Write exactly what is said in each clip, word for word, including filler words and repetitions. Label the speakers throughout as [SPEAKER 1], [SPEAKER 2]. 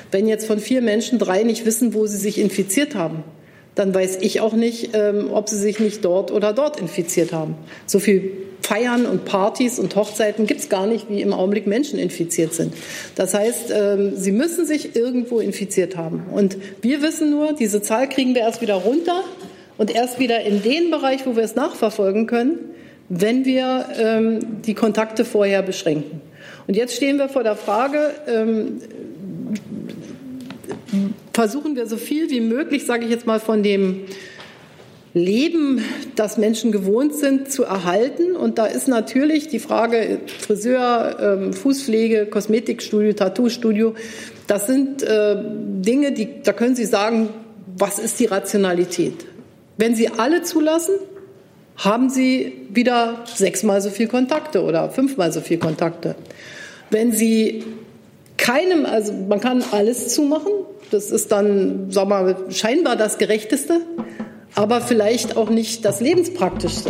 [SPEAKER 1] Wenn jetzt von vier Menschen drei nicht wissen, wo sie sich infiziert haben, dann weiß ich auch nicht, ähm, ob sie sich nicht dort oder dort infiziert haben. So viel Feiern und Partys und Hochzeiten gibt es gar nicht, wie im Augenblick Menschen infiziert sind. Das heißt, ähm, sie müssen sich irgendwo infiziert haben. Und wir wissen nur, diese Zahl kriegen wir erst wieder runter und erst wieder in den Bereich, wo wir es nachverfolgen können, wenn wir ähm, die Kontakte vorher beschränken. Und jetzt stehen wir vor der Frage, ähm, versuchen wir so viel wie möglich, sage ich jetzt mal, von dem Leben, das Menschen gewohnt sind, zu erhalten. Und da ist natürlich die Frage Friseur, Fußpflege, Kosmetikstudio, Tattoo-Studio. Das sind äh, Dinge, die, da können Sie sagen, was ist die Rationalität? Wenn Sie alle zulassen, haben Sie wieder sechsmal so viel Kontakte oder fünfmal so viel Kontakte. Wenn Sie keinem, also man kann alles zumachen, das ist dann, sagen wir mal, scheinbar das Gerechteste, aber vielleicht auch nicht das Lebenspraktischste.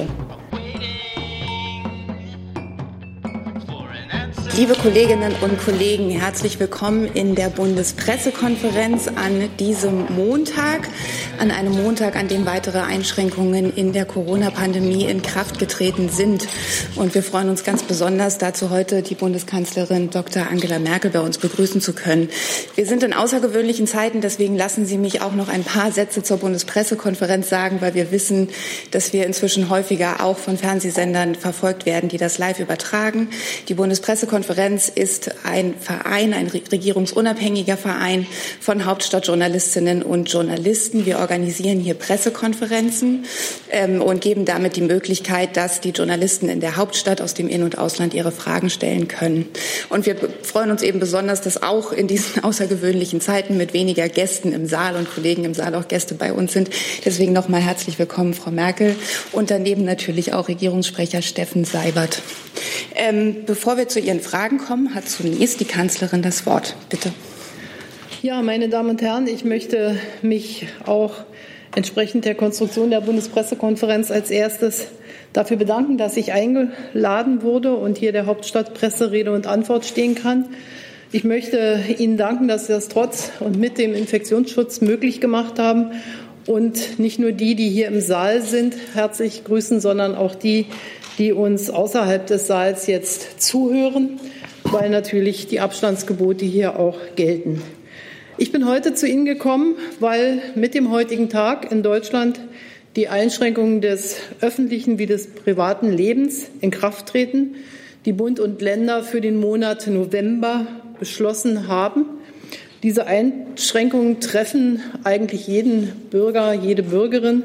[SPEAKER 2] Liebe Kolleginnen und Kollegen, herzlich willkommen in der Bundespressekonferenz an diesem Montag, an einem Montag, an dem weitere Einschränkungen in der Corona-Pandemie in Kraft getreten sind. Und wir freuen uns ganz besonders, dazu heute die Bundeskanzlerin Doktor Angela Merkel bei uns begrüßen zu können. Wir sind in außergewöhnlichen Zeiten, deswegen lassen Sie mich auch noch ein paar Sätze zur Bundespressekonferenz sagen, weil wir wissen, dass wir inzwischen häufiger auch von Fernsehsendern verfolgt werden, die das live übertragen. Die Bundespressekonferenz ist ein Verein, ein regierungsunabhängiger Verein von Hauptstadtjournalistinnen und Journalisten. Wir organisieren hier Pressekonferenzen ähm, und geben damit die Möglichkeit, dass die Journalisten in der Hauptstadt aus dem In- und Ausland ihre Fragen stellen können. Und wir freuen uns eben besonders, dass auch in diesen außergewöhnlichen Zeiten mit weniger Gästen im Saal und Kollegen im Saal auch Gäste bei uns sind. Deswegen nochmal herzlich willkommen, Frau Merkel. Und daneben natürlich auch Regierungssprecher Steffen Seibert. Ähm, bevor wir zu Ihren Fragen kommen, hat zunächst die Kanzlerin das Wort. Bitte.
[SPEAKER 1] Ja, meine Damen und Herren, ich möchte mich auch entsprechend der Konstruktion der Bundespressekonferenz als erstes dafür bedanken, dass ich eingeladen wurde und hier der Hauptstadtpresse Rede und Antwort stehen kann. Ich möchte Ihnen danken, dass Sie das trotz und mit dem Infektionsschutz möglich gemacht haben und nicht nur die, die hier im Saal sind, herzlich grüßen, sondern auch die, die uns außerhalb des Saals jetzt zuhören, weil natürlich die Abstandsgebote hier auch gelten. Ich bin heute zu Ihnen gekommen, weil mit dem heutigen Tag in Deutschland die Einschränkungen des öffentlichen wie des privaten Lebens in Kraft treten, die Bund und Länder für den Monat November beschlossen haben. Diese Einschränkungen treffen eigentlich jeden Bürger, jede Bürgerin.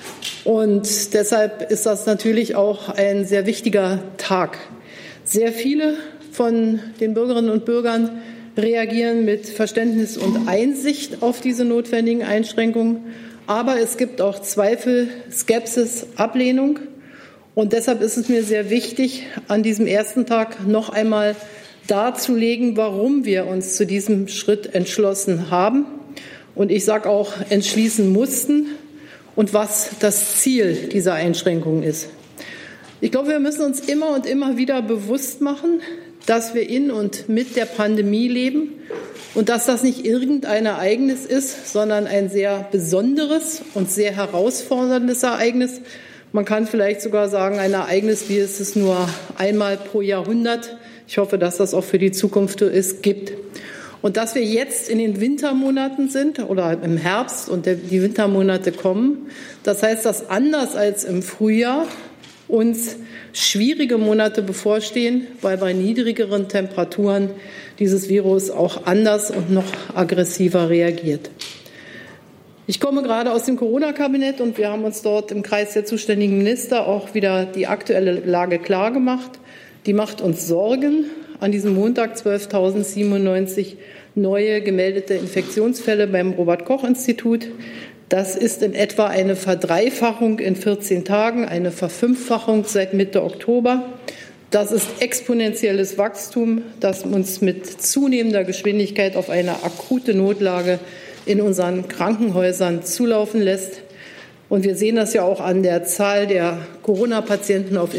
[SPEAKER 1] Und deshalb ist das natürlich auch ein sehr wichtiger Tag. Sehr viele von den Bürgerinnen und Bürgern reagieren mit Verständnis und Einsicht auf diese notwendigen Einschränkungen. Aber es gibt auch Zweifel, Skepsis, Ablehnung. Und deshalb ist es mir sehr wichtig, an diesem ersten Tag noch einmal darzulegen, warum wir uns zu diesem Schritt entschlossen haben. Und ich sage auch, entschließen mussten und was das Ziel dieser Einschränkungen ist. Ich glaube, wir müssen uns immer und immer wieder bewusst machen, dass wir in und mit der Pandemie leben und dass das nicht irgendein Ereignis ist, sondern ein sehr besonderes und sehr herausforderndes Ereignis. Man kann vielleicht sogar sagen, ein Ereignis, wie es es nur einmal pro Jahrhundert, ich hoffe, dass das auch für die Zukunft so ist, gibt. Und dass wir jetzt in den Wintermonaten sind oder im Herbst und die Wintermonate kommen, das heißt, dass anders als im Frühjahr uns schwierige Monate bevorstehen, weil bei niedrigeren Temperaturen dieses Virus auch anders und noch aggressiver reagiert. Ich komme gerade aus dem Corona-Kabinett und wir haben uns dort im Kreis der zuständigen Minister auch wieder die aktuelle Lage klargemacht. Die macht uns Sorgen. An diesem Montag zwölftausendsiebenundneunzig neue gemeldete Infektionsfälle beim Robert-Koch-Institut. Das ist in etwa eine Verdreifachung in vierzehn Tagen, eine Verfünffachung seit Mitte Oktober. Das ist exponentielles Wachstum, das uns mit zunehmender Geschwindigkeit auf eine akute Notlage in unseren Krankenhäusern zulaufen lässt. Und wir sehen das ja auch an der Zahl der Corona-Patienten auf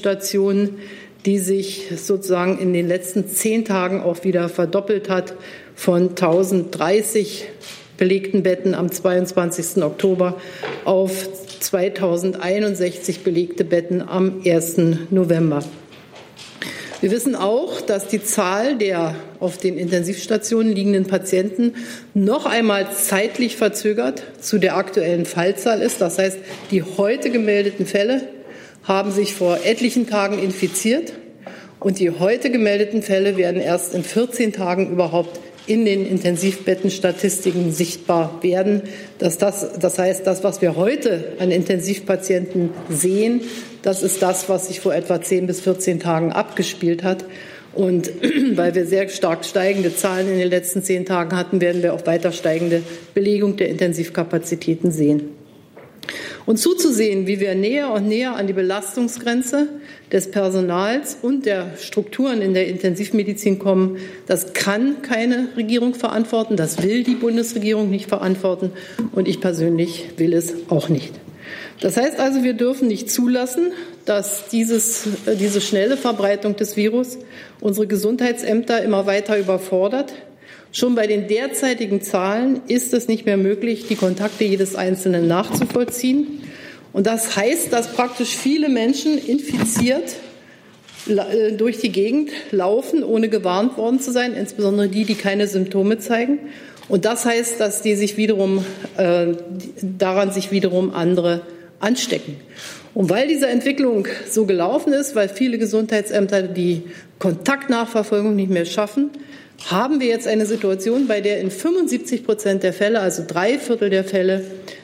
[SPEAKER 1] Intensivstationen, die sich sozusagen in den letzten zehn Tagen auch wieder verdoppelt hat, von tausenddreißig belegten Betten am zweiundzwanzigsten Oktober auf zweitausendeinundsechzig belegte Betten am ersten November. Wir wissen auch, dass die Zahl der auf den Intensivstationen liegenden Patienten noch einmal zeitlich verzögert zu der aktuellen Fallzahl ist. Das heißt, die heute gemeldeten Fälle haben sich vor etlichen Tagen infiziert und die heute gemeldeten Fälle werden erst in vierzehn Tagen überhaupt in den Intensivbettenstatistiken sichtbar werden. Dass das, das heißt, das, was wir heute an Intensivpatienten sehen, das ist das, was sich vor etwa zehn bis vierzehn Tagen abgespielt hat. Und weil wir sehr stark steigende Zahlen in den letzten zehn Tagen hatten, werden wir auch weiter steigende Belegung der Intensivkapazitäten sehen. Und zuzusehen, wie wir näher und näher an die Belastungsgrenze des Personals und der Strukturen in der Intensivmedizin kommen, das kann keine Regierung verantworten, das will die Bundesregierung nicht verantworten und ich persönlich will es auch nicht. Das heißt also, wir dürfen nicht zulassen, dass dieses, diese schnelle Verbreitung des Virus unsere Gesundheitsämter immer weiter überfordert. Schon bei den derzeitigen Zahlen ist es nicht mehr möglich, die Kontakte jedes Einzelnen nachzuvollziehen. Und das heißt, dass praktisch viele Menschen infiziert durch die Gegend laufen, ohne gewarnt worden zu sein, insbesondere die, die keine Symptome zeigen. Und das heißt, dass die sich wiederum, äh, daran sich wiederum andere anstecken. Und weil diese Entwicklung so gelaufen ist, weil viele Gesundheitsämter die Kontaktnachverfolgung nicht mehr schaffen, haben wir jetzt eine Situation, bei der in fünfundsiebzig Prozent der Fälle, also drei Viertel der Fälle,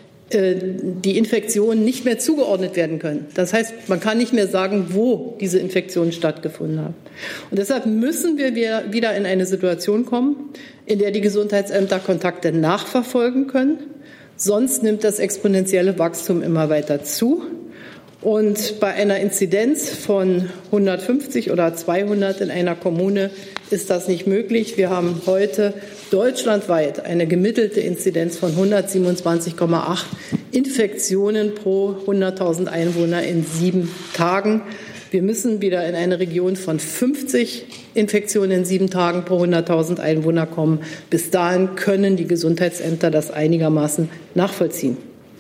[SPEAKER 1] die Infektionen nicht mehr zugeordnet werden können. Das heißt, man kann nicht mehr sagen, wo diese Infektionen stattgefunden haben. Und deshalb müssen wir wieder in eine Situation kommen, in der die Gesundheitsämter Kontakte nachverfolgen können. Sonst nimmt das exponentielle Wachstum immer weiter zu. Und bei einer Inzidenz von hundertfünfzig oder zweihundert in einer Kommune ist das nicht möglich. Wir haben heute deutschlandweit eine gemittelte Inzidenz von hundertsiebenundzwanzig Komma acht Infektionen pro hunderttausend Einwohner in sieben Tagen. Wir müssen wieder in eine Region von fünfzig Infektionen in sieben Tagen pro hunderttausend Einwohner kommen. Bis dahin können die Gesundheitsämter das einigermaßen nachvollziehen.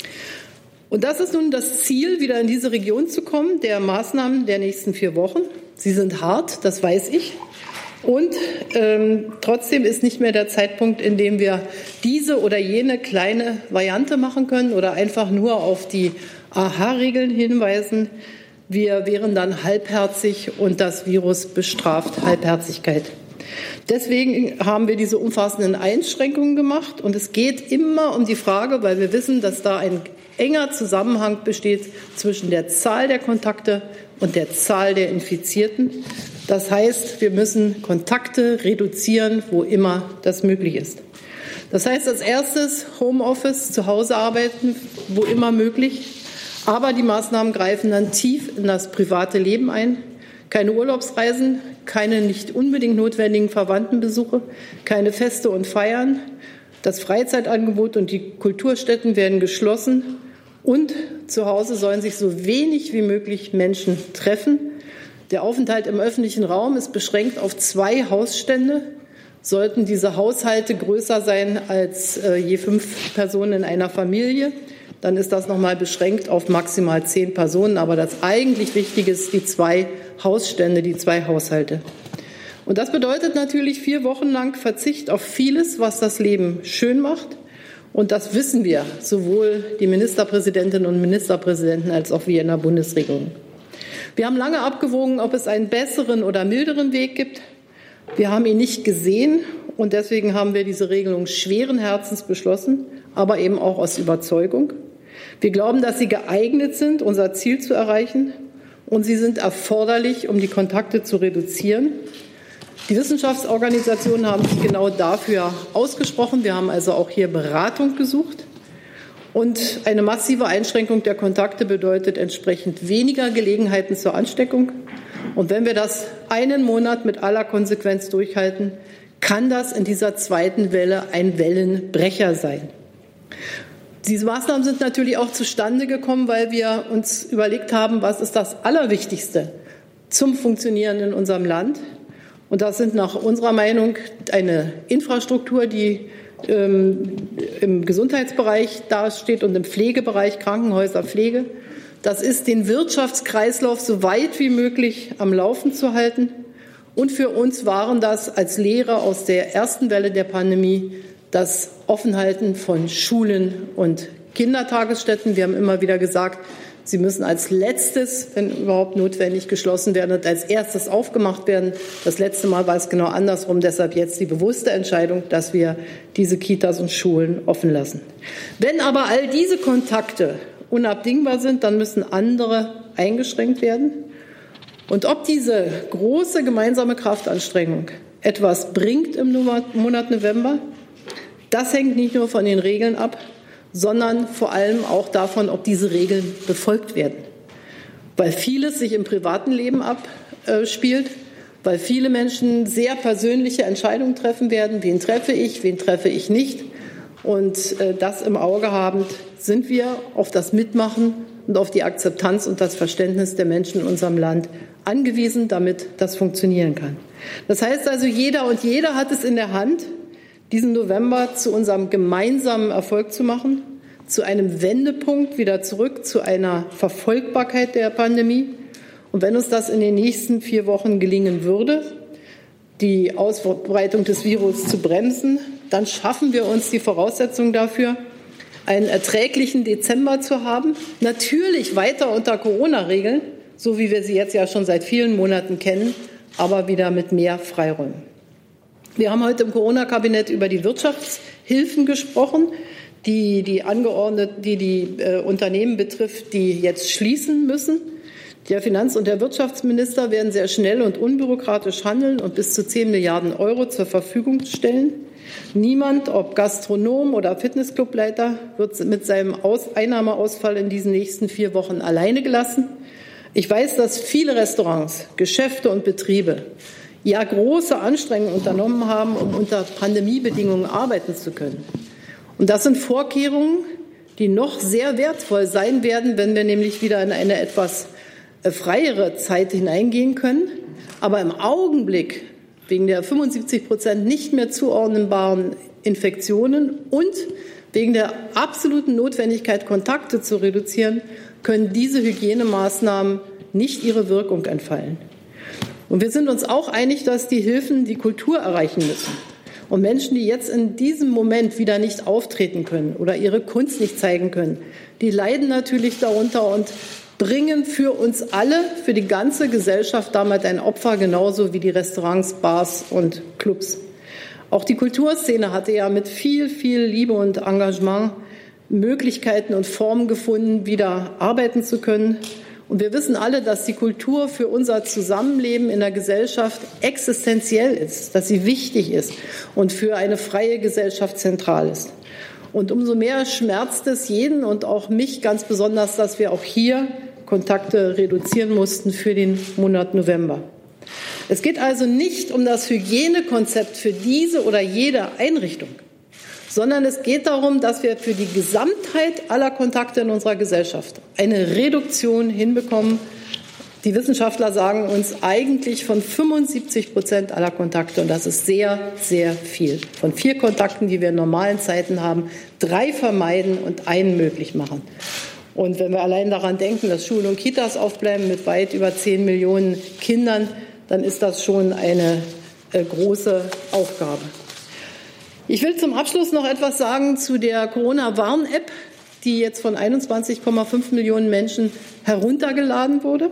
[SPEAKER 1] Und das ist nun das Ziel, wieder in diese Region zu kommen, der Maßnahmen der nächsten vier Wochen. Sie sind hart, das weiß ich. Und ähm, trotzdem ist nicht mehr der Zeitpunkt, in dem wir diese oder jene kleine Variante machen können oder einfach nur auf die A H-Regeln hinweisen. Wir wären dann halbherzig und das Virus bestraft Halbherzigkeit. Deswegen haben wir diese umfassenden Einschränkungen gemacht. Und es geht immer um die Frage, weil wir wissen, dass da ein enger Zusammenhang besteht zwischen der Zahl der Kontakte und der Zahl der Infizierten. Das heißt, wir müssen Kontakte reduzieren, wo immer das möglich ist. Das heißt als erstes Homeoffice, zu Hause arbeiten, wo immer möglich. Aber die Maßnahmen greifen dann tief in das private Leben ein. Keine Urlaubsreisen, keine nicht unbedingt notwendigen Verwandtenbesuche, keine Feste und Feiern. Das Freizeitangebot und die Kulturstätten werden geschlossen. Und zu Hause sollen sich so wenig wie möglich Menschen treffen. Der Aufenthalt im öffentlichen Raum ist beschränkt auf zwei Hausstände. Sollten diese Haushalte größer sein als äh, je fünf Personen in einer Familie, dann ist das noch mal beschränkt auf maximal zehn Personen. Aber das eigentlich Wichtige ist die zwei Hausstände, die zwei Haushalte. Und das bedeutet natürlich vier Wochen lang Verzicht auf vieles, was das Leben schön macht. Und das wissen wir, sowohl die Ministerpräsidentinnen und Ministerpräsidenten als auch wir in der Bundesregierung. Wir haben lange abgewogen, ob es einen besseren oder milderen Weg gibt. Wir haben ihn nicht gesehen und deswegen haben wir diese Regelung schweren Herzens beschlossen, aber eben auch aus Überzeugung. Wir glauben, dass sie geeignet sind, unser Ziel zu erreichen, und sie sind erforderlich, um die Kontakte zu reduzieren. Die Wissenschaftsorganisationen haben sich genau dafür ausgesprochen. Wir haben also auch hier Beratung gesucht. Und eine massive Einschränkung der Kontakte bedeutet entsprechend weniger Gelegenheiten zur Ansteckung. Und wenn wir das einen Monat mit aller Konsequenz durchhalten, kann das in dieser zweiten Welle ein Wellenbrecher sein. Diese Maßnahmen sind natürlich auch zustande gekommen, weil wir uns überlegt haben, was ist das Allerwichtigste zum Funktionieren in unserem Land. Und das sind nach unserer Meinung eine Infrastruktur, die ähm, im Gesundheitsbereich dasteht und im Pflegebereich, Krankenhäuser, Pflege. Das ist, den Wirtschaftskreislauf so weit wie möglich am Laufen zu halten. Und für uns waren das als Lehre aus der ersten Welle der Pandemie das Offenhalten von Schulen und Kindertagesstätten. Wir haben immer wieder gesagt, sie müssen als letztes, wenn überhaupt notwendig, geschlossen werden und als erstes aufgemacht werden. Das letzte Mal war es genau andersrum. Deshalb jetzt die bewusste Entscheidung, dass wir diese Kitas und Schulen offen lassen. Wenn aber all diese Kontakte unabdingbar sind, dann müssen andere eingeschränkt werden. Und ob diese große gemeinsame Kraftanstrengung etwas bringt im Monat November, das hängt nicht nur von den Regeln ab, sondern vor allem auch davon, ob diese Regeln befolgt werden. Weil vieles sich im privaten Leben abspielt, weil viele Menschen sehr persönliche Entscheidungen treffen werden. Wen treffe ich, wen treffe ich nicht? Und das im Auge habend sind wir auf das Mitmachen und auf die Akzeptanz und das Verständnis der Menschen in unserem Land angewiesen, damit das funktionieren kann. Das heißt also, jeder und jeder hat es in der Hand, diesen November zu unserem gemeinsamen Erfolg zu machen, zu einem Wendepunkt wieder zurück zu einer Verfolgbarkeit der Pandemie. Und wenn uns das in den nächsten vier Wochen gelingen würde, die Ausbreitung des Virus zu bremsen, dann schaffen wir uns die Voraussetzungen dafür, einen erträglichen Dezember zu haben. Natürlich weiter unter Corona-Regeln, so wie wir sie jetzt ja schon seit vielen Monaten kennen, aber wieder mit mehr Freiräumen. Wir haben heute im Corona-Kabinett über die Wirtschaftshilfen gesprochen, die die angeordnet, die die äh, Unternehmen betrifft, die jetzt schließen müssen. Der Finanz- und der Wirtschaftsminister werden sehr schnell und unbürokratisch handeln und bis zu zehn Milliarden Euro zur Verfügung stellen. Niemand, ob Gastronom oder Fitnessclubleiter, wird mit seinem Aus- Einnahmeausfall in diesen nächsten vier Wochen alleine gelassen. Ich weiß, dass viele Restaurants, Geschäfte und Betriebe ja große Anstrengungen unternommen haben, um unter Pandemiebedingungen arbeiten zu können. Und das sind Vorkehrungen, die noch sehr wertvoll sein werden, wenn wir nämlich wieder in eine etwas freiere Zeit hineingehen können. Aber im Augenblick wegen der fünfundsiebzig Prozent nicht mehr zuordnenbaren Infektionen und wegen der absoluten Notwendigkeit, Kontakte zu reduzieren, können diese Hygienemaßnahmen nicht ihre Wirkung entfalten. Und wir sind uns auch einig, dass die Hilfen die Kultur erreichen müssen. Und Menschen, die jetzt in diesem Moment wieder nicht auftreten können oder ihre Kunst nicht zeigen können, die leiden natürlich darunter und bringen für uns alle, für die ganze Gesellschaft damit ein Opfer, genauso wie die Restaurants, Bars und Clubs. Auch die Kulturszene hatte ja mit viel, viel Liebe und Engagement Möglichkeiten und Formen gefunden, wieder arbeiten zu können. Und wir wissen alle, dass die Kultur für unser Zusammenleben in der Gesellschaft existenziell ist, dass sie wichtig ist und für eine freie Gesellschaft zentral ist. Und umso mehr schmerzt es jeden und auch mich ganz besonders, dass wir auch hier Kontakte reduzieren mussten für den Monat November. Es geht also nicht um das Hygienekonzept für diese oder jede Einrichtung, sondern es geht darum, dass wir für die Gesamtheit aller Kontakte in unserer Gesellschaft eine Reduktion hinbekommen. Die Wissenschaftler sagen uns eigentlich von fünfundsiebzig Prozent aller Kontakte, und das ist sehr, sehr viel. Von vier Kontakten, die wir in normalen Zeiten haben, drei vermeiden und einen möglich machen. Und wenn wir allein daran denken, dass Schulen und Kitas aufbleiben mit weit über zehn Millionen Kindern, dann ist das schon eine äh, große Aufgabe. Ich will zum Abschluss noch etwas sagen zu der Corona-Warn-App, die jetzt von einundzwanzig Komma fünf Millionen Menschen heruntergeladen wurde.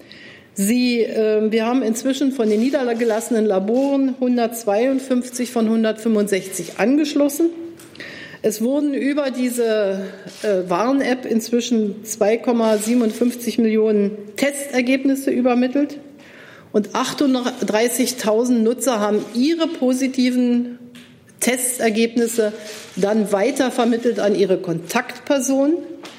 [SPEAKER 1] Sie, äh, wir haben inzwischen von den niedergelassenen Laboren hundertzweiundfünfzig von hundertfünfundsechzig angeschlossen. Es wurden über diese äh, Warn-App inzwischen zwei Komma siebenundfünfzig Millionen Testergebnisse übermittelt. Und achtunddreißigtausend Nutzer haben ihre positiven Testergebnisse dann weitervermittelt an ihre Kontaktpersonen.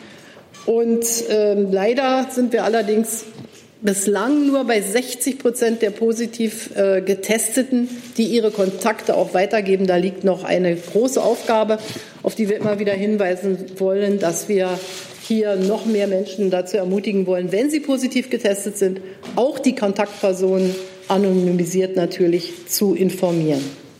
[SPEAKER 1] Und äh, leider sind wir allerdings bislang nur bei sechzig Prozent der positiv äh, Getesteten, die ihre Kontakte auch weitergeben. Da liegt noch eine große Aufgabe, auf die wir immer wieder hinweisen wollen, dass wir hier noch mehr Menschen dazu ermutigen wollen, wenn sie positiv getestet sind, auch die Kontaktpersonen anonymisiert natürlich zu informieren.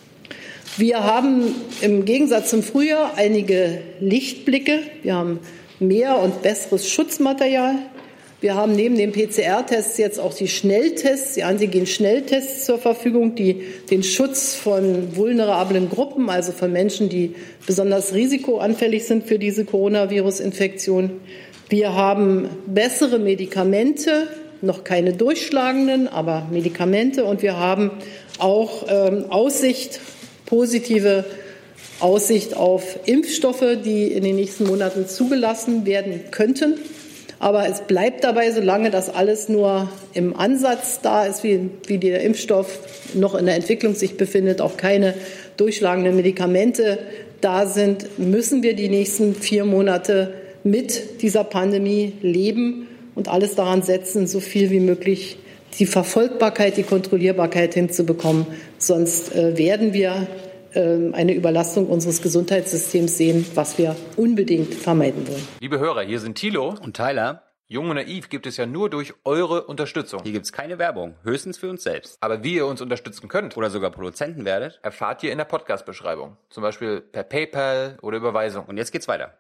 [SPEAKER 1] Wir haben im Gegensatz zum Frühjahr einige Lichtblicke. Wir haben mehr und besseres Schutzmaterial. Wir haben neben den P C R-Tests jetzt auch die Schnelltests, die Antigen-Schnelltests zur Verfügung, die den Schutz von vulnerablen Gruppen, also von Menschen, die besonders risikoanfällig sind für diese Coronavirus-Infektion. Wir haben bessere Medikamente, noch keine durchschlagenden, aber Medikamente. Und wir haben auch ähm, Aussicht, positive Aussicht auf Impfstoffe, die in den nächsten Monaten zugelassen werden könnten. Aber es bleibt dabei, solange das alles nur im Ansatz da ist, wie, wie der Impfstoff noch in der Entwicklung sich befindet, auch keine durchschlagenden Medikamente da sind, müssen wir die nächsten vier Monate mit dieser Pandemie leben und alles daran setzen, so viel wie möglich die Verfolgbarkeit, die Kontrollierbarkeit hinzubekommen. Sonst äh, werden wir äh, eine Überlastung unseres Gesundheitssystems sehen, was wir unbedingt vermeiden wollen.
[SPEAKER 3] Liebe Hörer, hier sind Thilo
[SPEAKER 4] und Tyler.
[SPEAKER 3] Jung und Naiv gibt es ja nur durch eure Unterstützung.
[SPEAKER 4] Hier gibt es keine Werbung, höchstens für uns selbst.
[SPEAKER 3] Aber wie ihr uns unterstützen könnt
[SPEAKER 4] oder sogar Produzenten werdet,
[SPEAKER 3] erfahrt ihr in der Podcast-Beschreibung. Zum Beispiel per PayPal oder Überweisung.
[SPEAKER 4] Und jetzt geht's weiter.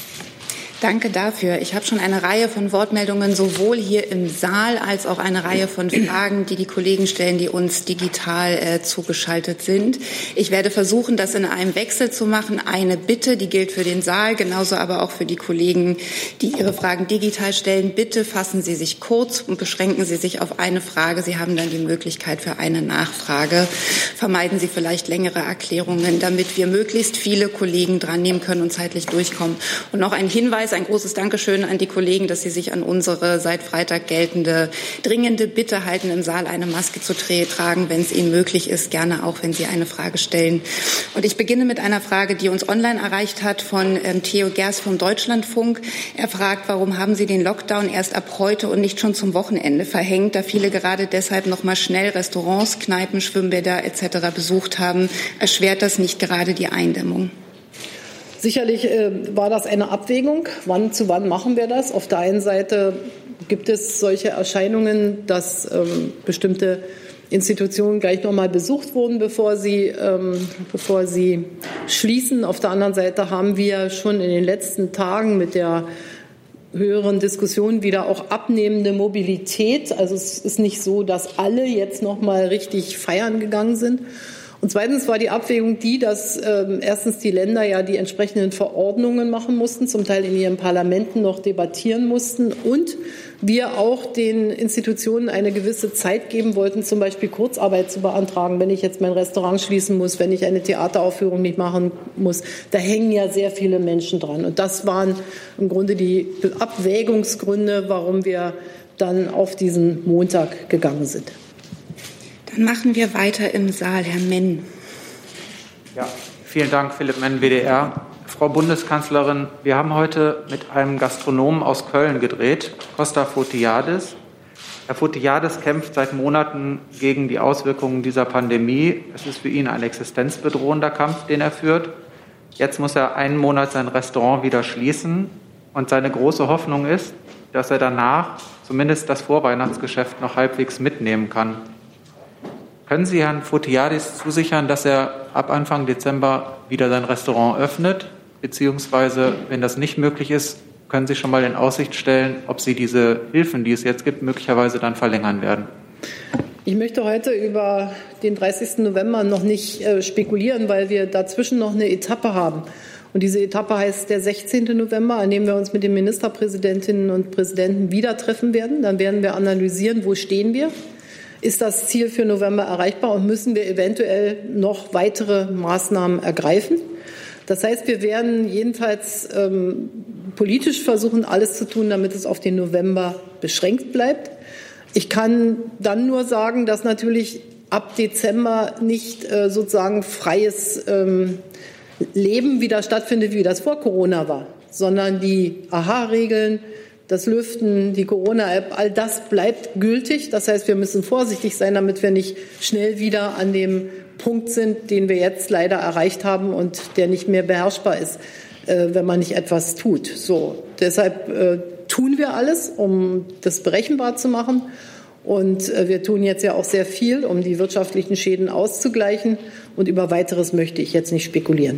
[SPEAKER 2] Danke dafür. Ich habe schon eine Reihe von Wortmeldungen sowohl hier im Saal als auch eine Reihe von Fragen, die die Kollegen stellen, die uns digital äh, zugeschaltet sind. Ich werde versuchen, das in einem Wechsel zu machen. Eine Bitte, die gilt für den Saal, genauso aber auch für die Kollegen, die ihre Fragen digital stellen. Bitte fassen Sie sich kurz und beschränken Sie sich auf eine Frage. Sie haben dann die Möglichkeit für eine Nachfrage. Vermeiden Sie vielleicht längere Erklärungen, damit wir möglichst viele Kollegen dran nehmen können und zeitlich durchkommen. Und noch ein Hinweis, ein großes Dankeschön an die Kollegen, dass sie sich an unsere seit Freitag geltende dringende Bitte halten, im Saal eine Maske zu tragen, wenn es Ihnen möglich ist, gerne auch, wenn Sie eine Frage stellen. Und ich beginne mit einer Frage, die uns online erreicht hat von ähm, Theo Gers vom Deutschlandfunk. Er fragt, warum haben Sie den Lockdown erst ab heute und nicht schon zum Wochenende verhängt, da viele gerade deshalb noch mal schnell Restaurants, Kneipen, Schwimmbäder et cetera besucht haben. Erschwert das nicht gerade die Eindämmung?
[SPEAKER 1] Sicherlich äh, war das eine Abwägung. Wann zu wann machen wir das? Auf der einen Seite gibt es solche Erscheinungen, dass ähm, bestimmte Institutionen gleich noch mal besucht wurden, bevor sie, ähm, bevor sie schließen. Auf der anderen Seite haben wir schon in den letzten Tagen mit der höheren Diskussion wieder auch abnehmende Mobilität. Also es ist nicht so, dass alle jetzt noch mal richtig feiern gegangen sind. Und zweitens war die Abwägung die, dass äh, erstens die Länder ja die entsprechenden Verordnungen machen mussten, zum Teil in ihren Parlamenten noch debattieren mussten und wir auch den Institutionen eine gewisse Zeit geben wollten, zum Beispiel Kurzarbeit zu beantragen, wenn ich jetzt mein Restaurant schließen muss, wenn ich eine Theateraufführung nicht machen muss. Da hängen ja sehr viele Menschen dran. Und das waren im Grunde die Abwägungsgründe, warum wir dann auf diesen Montag gegangen sind.
[SPEAKER 2] Dann machen wir weiter im Saal. Herr Menn.
[SPEAKER 5] Ja, vielen Dank, Philipp Menn, W D R. Frau Bundeskanzlerin, wir haben heute mit einem Gastronomen aus Köln gedreht, Costa Fotiades. Herr Fotiades kämpft seit Monaten gegen die Auswirkungen dieser Pandemie. Es ist für ihn ein existenzbedrohender Kampf, den er führt. Jetzt muss er einen Monat sein Restaurant wieder schließen. Und seine große Hoffnung ist, dass er danach zumindest das Vorweihnachtsgeschäft noch halbwegs mitnehmen kann. Können Sie Herrn Fotiades zusichern, dass er ab Anfang Dezember wieder sein Restaurant öffnet? Beziehungsweise, wenn das nicht möglich ist, können Sie schon mal in Aussicht stellen, ob Sie diese Hilfen, die es jetzt gibt, möglicherweise dann verlängern werden?
[SPEAKER 1] Ich möchte heute über den dreißigsten November noch nicht äh, spekulieren, weil wir dazwischen noch eine Etappe haben. Und diese Etappe heißt der sechzehnten November, an dem wir uns mit den Ministerpräsidentinnen und Präsidenten wieder treffen werden. Dann werden wir analysieren, wo stehen wir. Ist das Ziel für November erreichbar und müssen wir eventuell noch weitere Maßnahmen ergreifen? Das heißt, wir werden jedenfalls ähm, politisch versuchen, alles zu tun, damit es auf den November beschränkt bleibt. Ich kann dann nur sagen, dass natürlich ab Dezember nicht äh, sozusagen freies ähm, Leben wieder stattfindet, wie das vor Corona war, sondern die A H A-Regeln, das Lüften, die Corona-App, all das bleibt gültig. Das heißt, wir müssen vorsichtig sein, damit wir nicht schnell wieder an dem Punkt sind, den wir jetzt leider erreicht haben und der nicht mehr beherrschbar ist, äh, wenn man nicht etwas tut. So, deshalb äh, tun wir alles, um das berechenbar zu machen. Und wir tun jetzt ja auch sehr viel, um die wirtschaftlichen Schäden auszugleichen. Und über Weiteres möchte ich jetzt nicht spekulieren.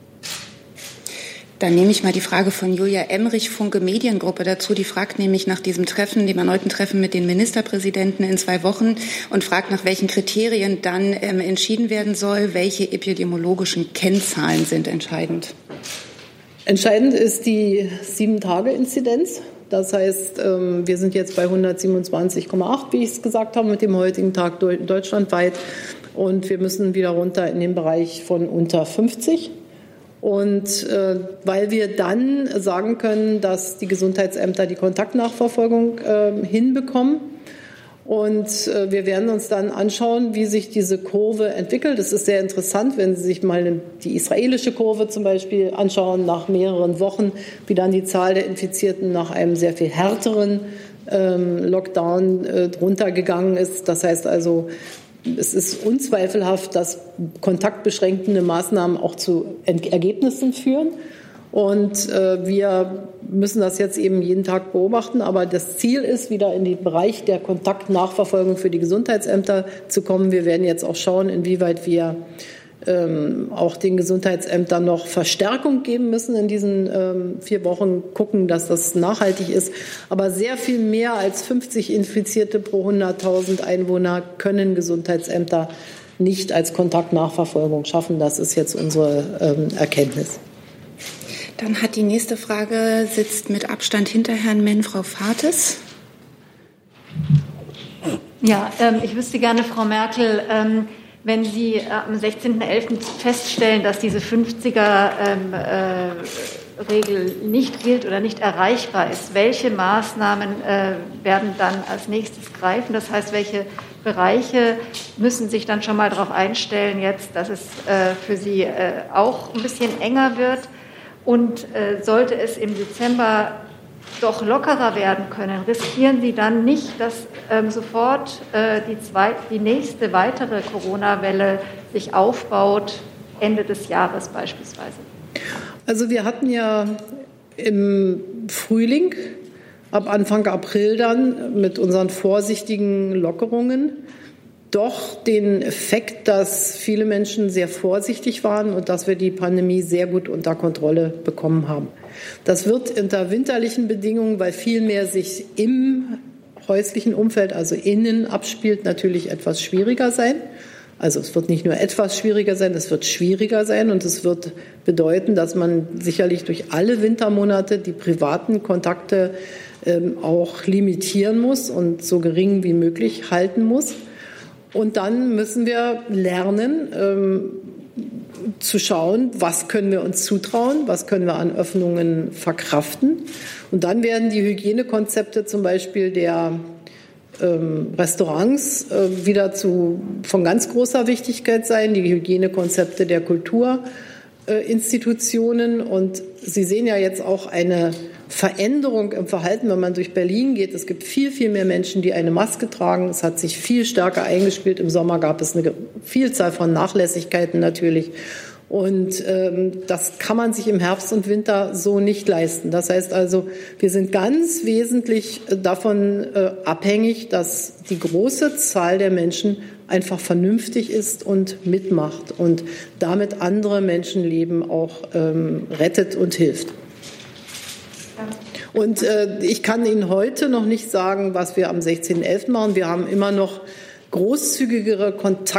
[SPEAKER 2] Dann nehme ich mal die Frage von Julia Emrich, Funke Mediengruppe dazu. Die fragt nämlich nach diesem Treffen, dem erneuten Treffen mit den Ministerpräsidenten in zwei Wochen und fragt, nach welchen Kriterien dann ähm, entschieden werden soll. Welche epidemiologischen Kennzahlen sind entscheidend?
[SPEAKER 1] Entscheidend ist die Sieben-Tage-Inzidenz. Das heißt, wir sind jetzt bei hundertsiebenundzwanzig Komma acht, wie ich es gesagt habe, mit dem heutigen Tag deutschlandweit. Und wir müssen wieder runter in den Bereich von unter fünfzig. Und äh, weil wir dann sagen können, dass die Gesundheitsämter die Kontaktnachverfolgung äh, hinbekommen. Und äh, wir werden uns dann anschauen, wie sich diese Kurve entwickelt. Es ist sehr interessant, wenn Sie sich mal die israelische Kurve zum Beispiel anschauen, nach mehreren Wochen, wie dann die Zahl der Infizierten nach einem sehr viel härteren ähm, Lockdown äh, runtergegangen ist. Das heißt also, es ist unzweifelhaft, dass kontaktbeschränkende Maßnahmen auch zu Ergebnissen führen. Und äh, wir müssen das jetzt eben jeden Tag beobachten. Aber das Ziel ist, wieder in den Bereich der Kontaktnachverfolgung für die Gesundheitsämter zu kommen. Wir werden jetzt auch schauen, inwieweit wir ähm, auch den Gesundheitsämtern noch Verstärkung geben müssen in diesen ähm, vier Wochen, gucken, dass das nachhaltig ist. Aber sehr viel mehr als fünfzig Infizierte pro hunderttausend Einwohner können Gesundheitsämter nicht als Kontaktnachverfolgung schaffen. Das ist jetzt unsere ähm, Erkenntnis.
[SPEAKER 2] Dann hat die nächste Frage, sitzt mit Abstand hinter Herrn Menn Frau Fates.
[SPEAKER 6] Ja, ähm, ich wüsste gerne, Frau Merkel, ähm, wenn Sie äh, am sechzehnten elften feststellen, dass diese fünfziger-Regel ähm, äh, nicht gilt oder nicht erreichbar ist, welche Maßnahmen äh, werden dann als nächstes greifen? Das heißt, welche Bereiche müssen sich dann schon mal darauf einstellen, jetzt, dass es äh, für Sie äh, auch ein bisschen enger wird? Und äh, sollte es im Dezember doch lockerer werden können, riskieren Sie dann nicht, dass ähm, sofort äh, die, zwei, die nächste weitere Corona-Welle sich aufbaut, Ende des Jahres beispielsweise?
[SPEAKER 1] Also wir hatten ja im Frühling, ab Anfang April dann mit unseren vorsichtigen Lockerungen, doch den Effekt, dass viele Menschen sehr vorsichtig waren und dass wir die Pandemie sehr gut unter Kontrolle bekommen haben. Das wird unter winterlichen Bedingungen, weil viel mehr sich im häuslichen Umfeld, also innen abspielt, natürlich etwas schwieriger sein. Also es wird nicht nur etwas schwieriger sein, es wird schwieriger sein und es wird bedeuten, dass man sicherlich durch alle Wintermonate die privaten Kontakte ähm, auch limitieren muss und so gering wie möglich halten muss. Und dann müssen wir lernen, ähm, zu schauen, was können wir uns zutrauen, was können wir an Öffnungen verkraften. Und dann werden die Hygienekonzepte zum Beispiel der ähm, Restaurants äh, wieder zu, von ganz großer Wichtigkeit sein, die Hygienekonzepte der Kulturinstitutionen. Äh, Und Sie sehen ja jetzt auch eine Veränderung im Verhalten, wenn man durch Berlin geht. Es gibt viel, viel mehr Menschen, die eine Maske tragen. Es hat sich viel stärker eingespielt. Im Sommer gab es eine Vielzahl von Nachlässigkeiten natürlich. Und ähm, das kann man sich im Herbst und Winter so nicht leisten. Das heißt also, wir sind ganz wesentlich davon äh, abhängig, dass die große Zahl der Menschen einfach vernünftig ist und mitmacht und damit andere Menschenleben auch ähm, rettet und hilft. Und äh, ich kann Ihnen heute noch nicht sagen, was wir am sechzehnten elften machen. Wir haben immer noch großzügigere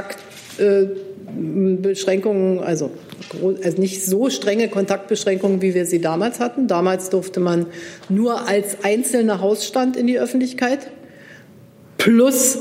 [SPEAKER 1] Kontaktbeschränkungen, äh, also, also nicht so strenge Kontaktbeschränkungen, wie wir sie damals hatten. Damals durfte man nur als einzelner Hausstand in die Öffentlichkeit plus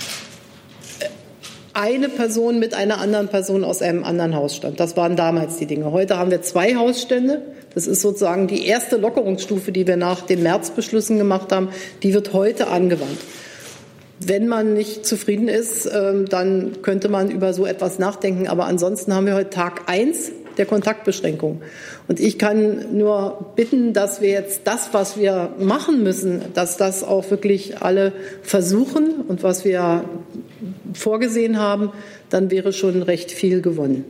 [SPEAKER 1] eine Person mit einer anderen Person aus einem anderen Hausstand. Das waren damals die Dinge. Heute haben wir zwei Hausstände. Das ist sozusagen die erste Lockerungsstufe, die wir nach den Märzbeschlüssen gemacht haben. Die wird heute angewandt. Wenn man nicht zufrieden ist, dann könnte man über so etwas nachdenken. Aber ansonsten haben wir heute Tag eins der Kontaktbeschränkung. Und ich kann nur bitten, dass wir jetzt das, was wir machen müssen, dass das auch wirklich alle versuchen und was wir vorgesehen haben, dann wäre schon recht viel gewonnen.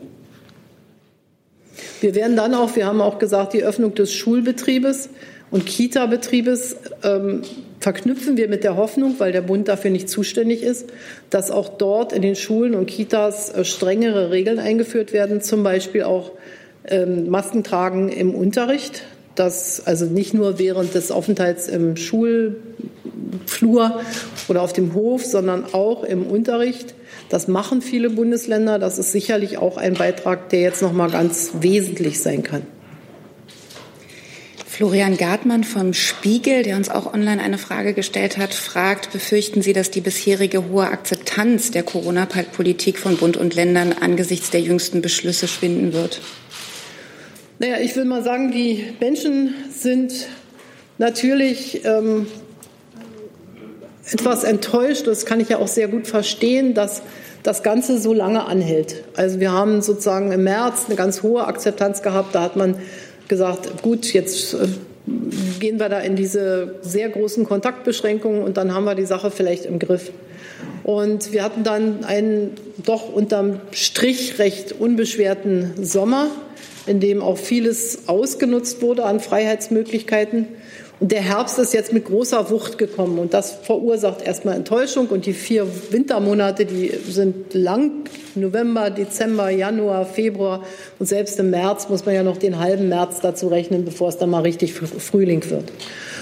[SPEAKER 1] Wir werden dann auch, wir haben auch gesagt, die Öffnung des Schulbetriebes und Kita-Betriebes ähm, verknüpfen wir mit der Hoffnung, weil der Bund dafür nicht zuständig ist, dass auch dort in den Schulen und Kitas strengere Regeln eingeführt werden, zum Beispiel auch ähm, Masken tragen im Unterricht. Das also nicht nur während des Aufenthalts im Schulflur oder auf dem Hof, sondern auch im Unterricht. Das machen viele Bundesländer. Das ist sicherlich auch ein Beitrag, der jetzt noch mal ganz wesentlich sein kann.
[SPEAKER 2] Florian Gartmann vom Spiegel, der uns auch online eine Frage gestellt hat, fragt, befürchten Sie, dass die bisherige hohe Akzeptanz der Corona-Politik von Bund und Ländern angesichts der jüngsten Beschlüsse schwinden wird?
[SPEAKER 1] Naja, ich will mal sagen, die Menschen sind natürlich ähm, etwas enttäuscht. Das kann ich ja auch sehr gut verstehen, dass das Ganze so lange anhält. Also wir haben sozusagen im März eine ganz hohe Akzeptanz gehabt. Da hat man gesagt, gut, jetzt äh, gehen wir da in diese sehr großen Kontaktbeschränkungen und dann haben wir die Sache vielleicht im Griff. Und wir hatten dann einen doch unterm Strich recht unbeschwerten Sommer, in dem auch vieles ausgenutzt wurde an Freiheitsmöglichkeiten. Und der Herbst ist jetzt mit großer Wucht gekommen. Und das verursacht erstmal Enttäuschung. Und die vier Wintermonate, die sind lang. November, Dezember, Januar, Februar. Und selbst im März muss man ja noch den halben März dazu rechnen, bevor es dann mal richtig Frühling wird.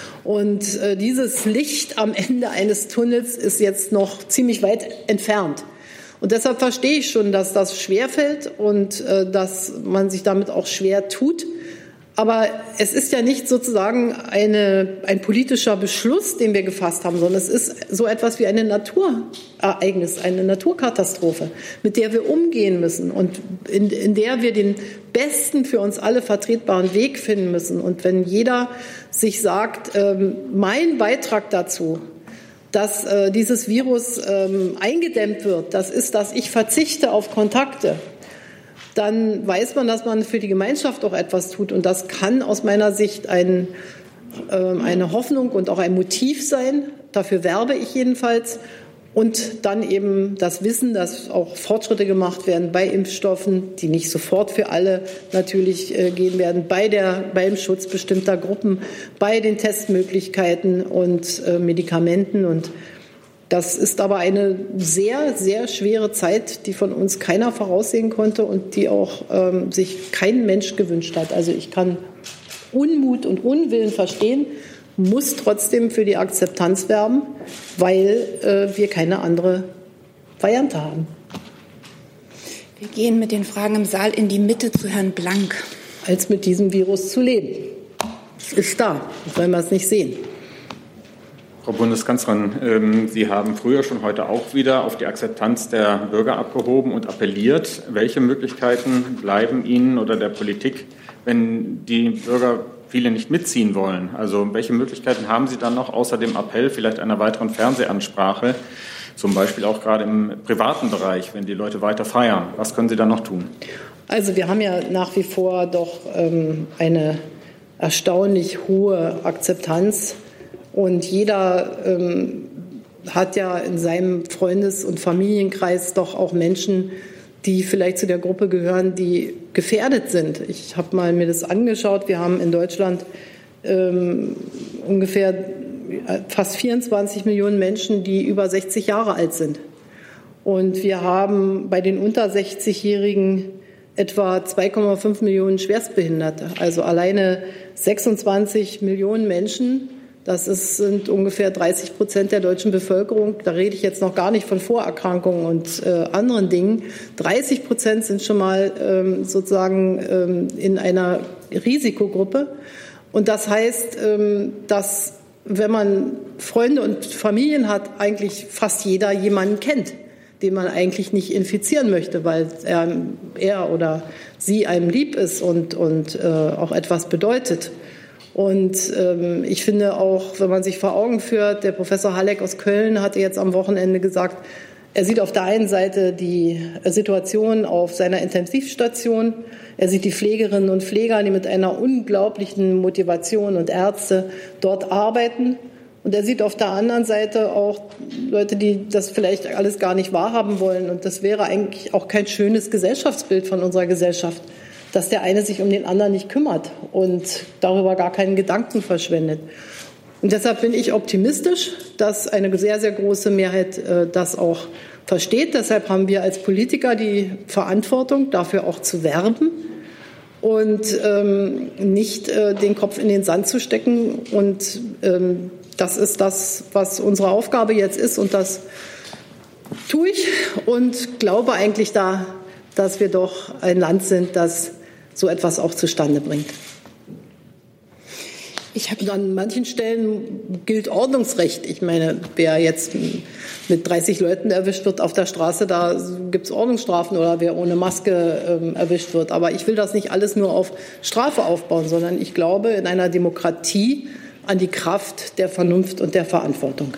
[SPEAKER 1] Und äh, dieses Licht am Ende eines Tunnels ist jetzt noch ziemlich weit entfernt. Und deshalb verstehe ich schon, dass das schwerfällt und äh, dass man sich damit auch schwer tut. Aber es ist ja nicht sozusagen eine, ein politischer Beschluss, den wir gefasst haben, sondern es ist so etwas wie ein Naturereignis, eine Naturkatastrophe, mit der wir umgehen müssen und in, in der wir den besten für uns alle vertretbaren Weg finden müssen. Und wenn jeder sich sagt, ähm, mein Beitrag dazu, dass äh, dieses Virus ähm, eingedämmt wird, das ist, dass ich verzichte auf Kontakte, dann weiß man, dass man für die Gemeinschaft auch etwas tut. Und das kann aus meiner Sicht ein, äh, eine Hoffnung und auch ein Motiv sein. Dafür werbe ich jedenfalls. Und dann eben das Wissen, dass auch Fortschritte gemacht werden bei Impfstoffen, die nicht sofort für alle natürlich äh, gehen werden, bei der, beim Schutz bestimmter Gruppen, bei den Testmöglichkeiten und äh, Medikamenten. Und das ist aber eine sehr, sehr schwere Zeit, die von uns keiner voraussehen konnte und die auch ähm, sich kein Mensch gewünscht hat. Also ich kann Unmut und Unwillen verstehen, muss trotzdem für die Akzeptanz werben, weil äh, wir keine andere Variante haben.
[SPEAKER 2] Wir gehen mit den Fragen im Saal in die Mitte zu Herrn Blank.
[SPEAKER 1] Als mit diesem Virus zu leben. Es ist da, wollen wir es nicht sehen.
[SPEAKER 7] Frau Bundeskanzlerin, Sie haben früher schon heute auch wieder auf die Akzeptanz der Bürger abgehoben und appelliert. Welche Möglichkeiten bleiben Ihnen oder der Politik, wenn die Bürger viele nicht mitziehen wollen? Also welche Möglichkeiten haben Sie dann noch außer dem Appell, vielleicht einer weiteren Fernsehansprache, zum Beispiel auch gerade im privaten Bereich, wenn die Leute weiter feiern? Was können Sie da noch tun?
[SPEAKER 1] Also wir haben ja nach wie vor doch ähm, eine erstaunlich hohe Akzeptanz. Und jeder ähm, hat ja in seinem Freundes- und Familienkreis doch auch Menschen, die vielleicht zu der Gruppe gehören, die gefährdet sind. Ich habe mal mir das angeschaut. Wir haben in Deutschland ähm, ungefähr fast vierundzwanzig Millionen Menschen, die über sechzig Jahre alt sind. Und wir haben bei den unter sechzigjährigen etwa zwei Komma fünf Millionen Schwerstbehinderte. Also alleine sechsundzwanzig Millionen Menschen. Das ist, sind ungefähr dreißig Prozent der deutschen Bevölkerung. Da rede ich jetzt noch gar nicht von Vorerkrankungen und äh, anderen Dingen. dreißig Prozent sind schon mal ähm, sozusagen ähm, in einer Risikogruppe. Und das heißt, ähm, dass wenn man Freunde und Familien hat, eigentlich fast jeder jemanden kennt, den man eigentlich nicht infizieren möchte, weil er, er oder sie einem lieb ist und, und äh, auch etwas bedeutet. Und ähm, ich finde auch, wenn man sich vor Augen führt, der Professor Halleck aus Köln hatte jetzt am Wochenende gesagt, er sieht auf der einen Seite die Situation auf seiner Intensivstation, er sieht die Pflegerinnen und Pfleger, die mit einer unglaublichen Motivation und Ärzte dort arbeiten. Und er sieht auf der anderen Seite auch Leute, die das vielleicht alles gar nicht wahrhaben wollen. Und das wäre eigentlich auch kein schönes Gesellschaftsbild von unserer Gesellschaft, dass der eine sich um den anderen nicht kümmert und darüber gar keinen Gedanken verschwendet. Und deshalb bin ich optimistisch, dass eine sehr, sehr große Mehrheit äh, das auch versteht. Deshalb haben wir als Politiker die Verantwortung, dafür auch zu werben und ähm, nicht äh, den Kopf in den Sand zu stecken. Und ähm, das ist das, was unsere Aufgabe jetzt ist. Und das tue ich und glaube eigentlich da, dass wir doch ein Land sind, das so etwas auch zustande bringt. Ich habe an manchen Stellen gilt Ordnungsrecht. Ich meine, wer jetzt mit dreißig Leuten erwischt wird auf der Straße, da gibt es Ordnungsstrafen, oder wer ohne Maske ähm, erwischt wird. Aber ich will das nicht alles nur auf Strafe aufbauen, sondern ich glaube in einer Demokratie an die Kraft der Vernunft und der Verantwortung.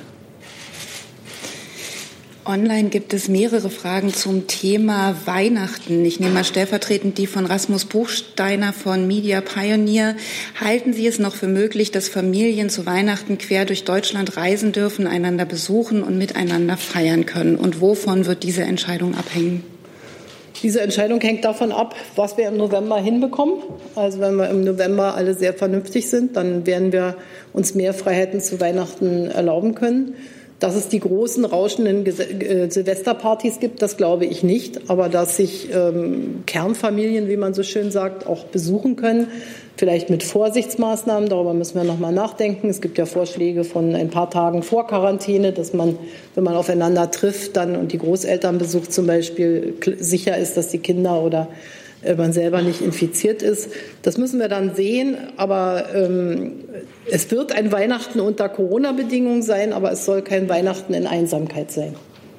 [SPEAKER 2] Online gibt es mehrere Fragen zum Thema Weihnachten. Ich nehme mal stellvertretend die von Rasmus Buchsteiner von Media Pioneer. Halten Sie es noch für möglich, dass Familien zu Weihnachten quer durch Deutschland reisen dürfen, einander besuchen und miteinander feiern können? Und wovon wird diese Entscheidung abhängen?
[SPEAKER 1] Diese Entscheidung hängt davon ab, was wir im November hinbekommen. Also wenn wir im November alle sehr vernünftig sind, dann werden wir uns mehr Freiheiten zu Weihnachten erlauben können. Dass es die großen, rauschenden Silvesterpartys gibt, das glaube ich nicht. Aber dass sich ähm, Kernfamilien, wie man so schön sagt, auch besuchen können, vielleicht mit Vorsichtsmaßnahmen, darüber müssen wir noch mal nachdenken. Es gibt ja Vorschläge von ein paar Tagen vor Quarantäne, dass man, wenn man aufeinander trifft dann und die Großeltern besucht zum Beispiel, sicher ist, dass die Kinder oder man selber nicht infiziert ist. Das müssen wir dann sehen. Aber ähm, es wird ein Weihnachten unter Corona-Bedingungen sein, aber es soll kein Weihnachten in Einsamkeit sein.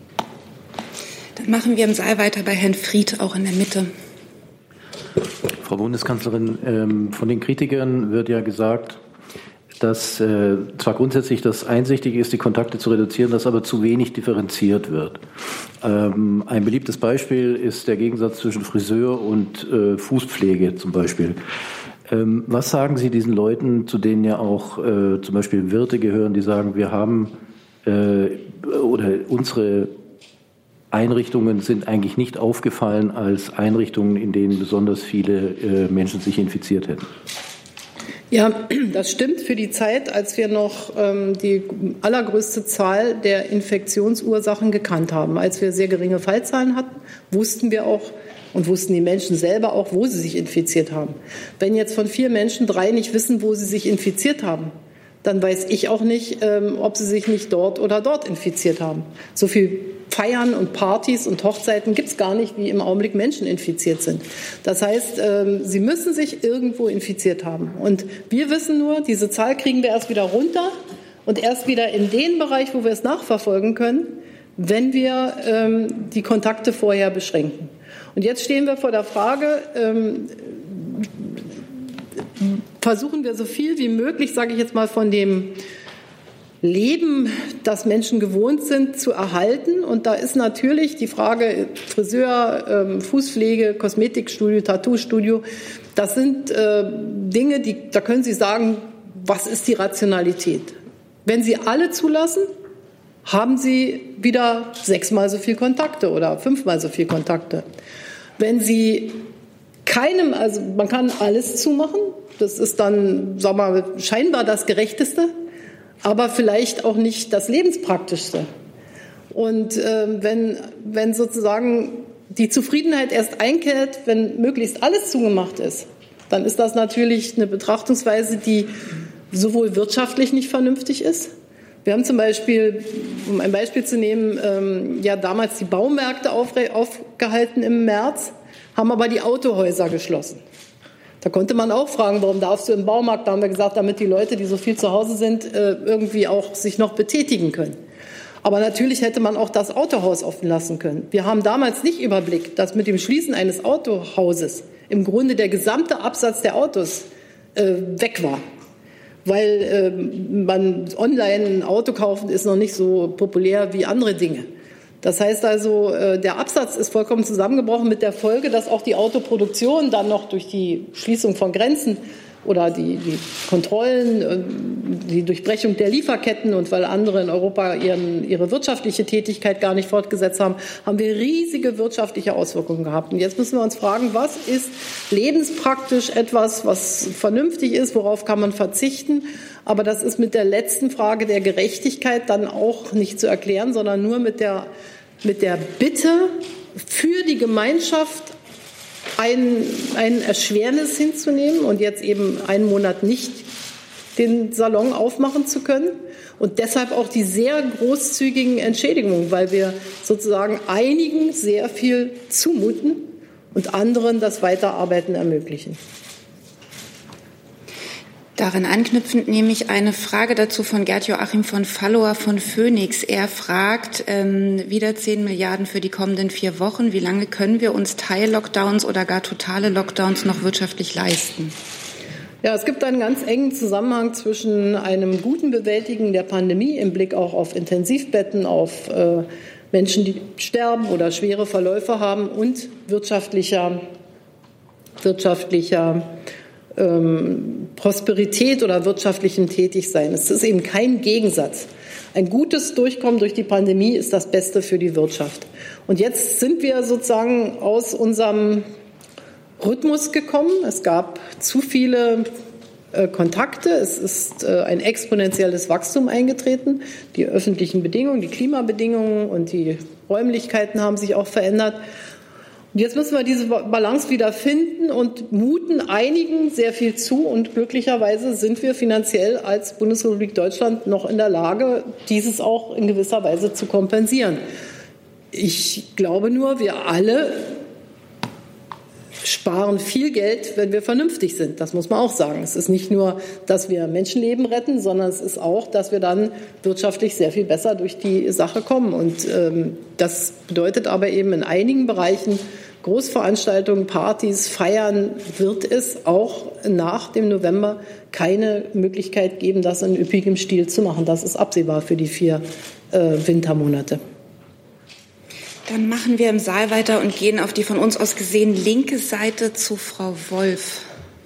[SPEAKER 2] Dann machen wir im Saal weiter bei Herrn Fried, auch in der Mitte.
[SPEAKER 8] Frau Bundeskanzlerin, ähm, von den Kritikern wird ja gesagt, dass äh, zwar grundsätzlich das einsichtig ist, die Kontakte zu reduzieren, dass aber zu wenig differenziert wird. Ähm, ein beliebtes Beispiel ist der Gegensatz zwischen Friseur und äh, Fußpflege zum Beispiel. Ähm, was sagen Sie diesen Leuten, zu denen ja auch äh, zum Beispiel Wirte gehören, die sagen, wir haben äh, oder unsere Einrichtungen sind eigentlich nicht aufgefallen als Einrichtungen, in denen besonders viele äh, Menschen sich infiziert hätten?
[SPEAKER 1] Ja, das stimmt. Für die Zeit, als wir noch ähm, die allergrößte Zahl der Infektionsursachen gekannt haben, als wir sehr geringe Fallzahlen hatten, wussten wir auch und wussten die Menschen selber auch, wo sie sich infiziert haben. Wenn jetzt von vier Menschen drei nicht wissen, wo sie sich infiziert haben, dann weiß ich auch nicht, ähm, ob sie sich nicht dort oder dort infiziert haben. So viel Feiern und Partys und Hochzeiten gibt es gar nicht, wie im Augenblick Menschen infiziert sind. Das heißt, ähm, sie müssen sich irgendwo infiziert haben. Und wir wissen nur, diese Zahl kriegen wir erst wieder runter und erst wieder in den Bereich, wo wir es nachverfolgen können, wenn wir ähm, die Kontakte vorher beschränken. Und jetzt stehen wir vor der Frage, ähm, versuchen wir so viel wie möglich, sage ich jetzt mal, von dem Leben, das Menschen gewohnt sind, zu erhalten. Und da ist natürlich die Frage Friseur, Fußpflege, Kosmetikstudio, Tattoo-Studio. Das sind äh, Dinge, die, da können Sie sagen, was ist die Rationalität? Wenn Sie alle zulassen, haben Sie wieder sechsmal so viel Kontakte oder fünfmal so viel Kontakte. Wenn Sie keinem, also man kann alles zumachen, das ist dann, sagen wir mal, scheinbar das Gerechteste, aber vielleicht auch nicht das Lebenspraktischste. Und äh, wenn, wenn sozusagen die Zufriedenheit erst einkehrt, wenn möglichst alles zugemacht ist, dann ist das natürlich eine Betrachtungsweise, die sowohl wirtschaftlich nicht vernünftig ist. Wir haben zum Beispiel, um ein Beispiel zu nehmen, ähm, ja damals die Baumärkte aufre- aufgehalten im März, haben aber die Autohäuser geschlossen. Da konnte man auch fragen, warum darfst du im Baumarkt? Da haben wir gesagt, damit die Leute, die so viel zu Hause sind, irgendwie auch sich noch betätigen können. Aber natürlich hätte man auch das Autohaus offen lassen können. Wir haben damals nicht überblickt, dass mit dem Schließen eines Autohauses im Grunde der gesamte Absatz der Autos äh, weg war. Weil äh, man online ein Auto kaufen ist noch nicht so populär wie andere Dinge. Das heißt also, der Absatz ist vollkommen zusammengebrochen mit der Folge, dass auch die Autoproduktion dann noch durch die Schließung von Grenzen oder die, die Kontrollen, die Durchbrechung der Lieferketten und weil andere in Europa ihren, ihre wirtschaftliche Tätigkeit gar nicht fortgesetzt haben, haben wir riesige wirtschaftliche Auswirkungen gehabt. Und jetzt müssen wir uns fragen, was ist lebenspraktisch etwas, was vernünftig ist, worauf kann man verzichten? Aber das ist mit der letzten Frage der Gerechtigkeit dann auch nicht zu erklären, sondern nur mit der, mit der Bitte für die Gemeinschaft, Ein, ein Erschwernis hinzunehmen und jetzt eben einen Monat nicht den Salon aufmachen zu können und deshalb auch die sehr großzügigen Entschädigungen, weil wir sozusagen einigen sehr viel zumuten und anderen das Weiterarbeiten ermöglichen.
[SPEAKER 2] Darin anknüpfend nehme ich eine Frage dazu von Gerd Joachim von Fallower von Phoenix. Er fragt, ähm, wieder zehn Milliarden für die kommenden vier Wochen. Wie lange können wir uns Teil-Lockdowns oder gar totale Lockdowns noch wirtschaftlich leisten?
[SPEAKER 1] Ja, es gibt einen ganz engen Zusammenhang zwischen einem guten Bewältigen der Pandemie im Blick auch auf Intensivbetten, auf äh, Menschen, die sterben oder schwere Verläufe haben und wirtschaftlicher, wirtschaftlicher Ähm, Prosperität oder wirtschaftlichem Tätigsein. Es ist eben kein Gegensatz. Ein gutes Durchkommen durch die Pandemie ist das Beste für die Wirtschaft. Und jetzt sind wir sozusagen aus unserem Rhythmus gekommen. Es gab zu viele äh, Kontakte. Es ist äh, ein exponentielles Wachstum eingetreten. Die öffentlichen Bedingungen, die Klimabedingungen und die Räumlichkeiten haben sich auch verändert. Und jetzt müssen wir diese Balance wieder finden und muten einigen sehr viel zu. Und glücklicherweise sind wir finanziell als Bundesrepublik Deutschland noch in der Lage, dieses auch in gewisser Weise zu kompensieren. Ich glaube nur, wir alle sparen viel Geld, wenn wir vernünftig sind. Das muss man auch sagen. Es ist nicht nur, dass wir Menschenleben retten, sondern es ist auch, dass wir dann wirtschaftlich sehr viel besser durch die Sache kommen. Und ähm, das bedeutet aber eben in einigen Bereichen, Großveranstaltungen, Partys, Feiern, wird es auch nach dem November keine Möglichkeit geben, das in üppigem Stil zu machen. Das ist absehbar für die vier äh, Wintermonate.
[SPEAKER 2] Dann machen wir im Saal weiter und gehen auf die von uns aus gesehen linke Seite zu Frau Wolf.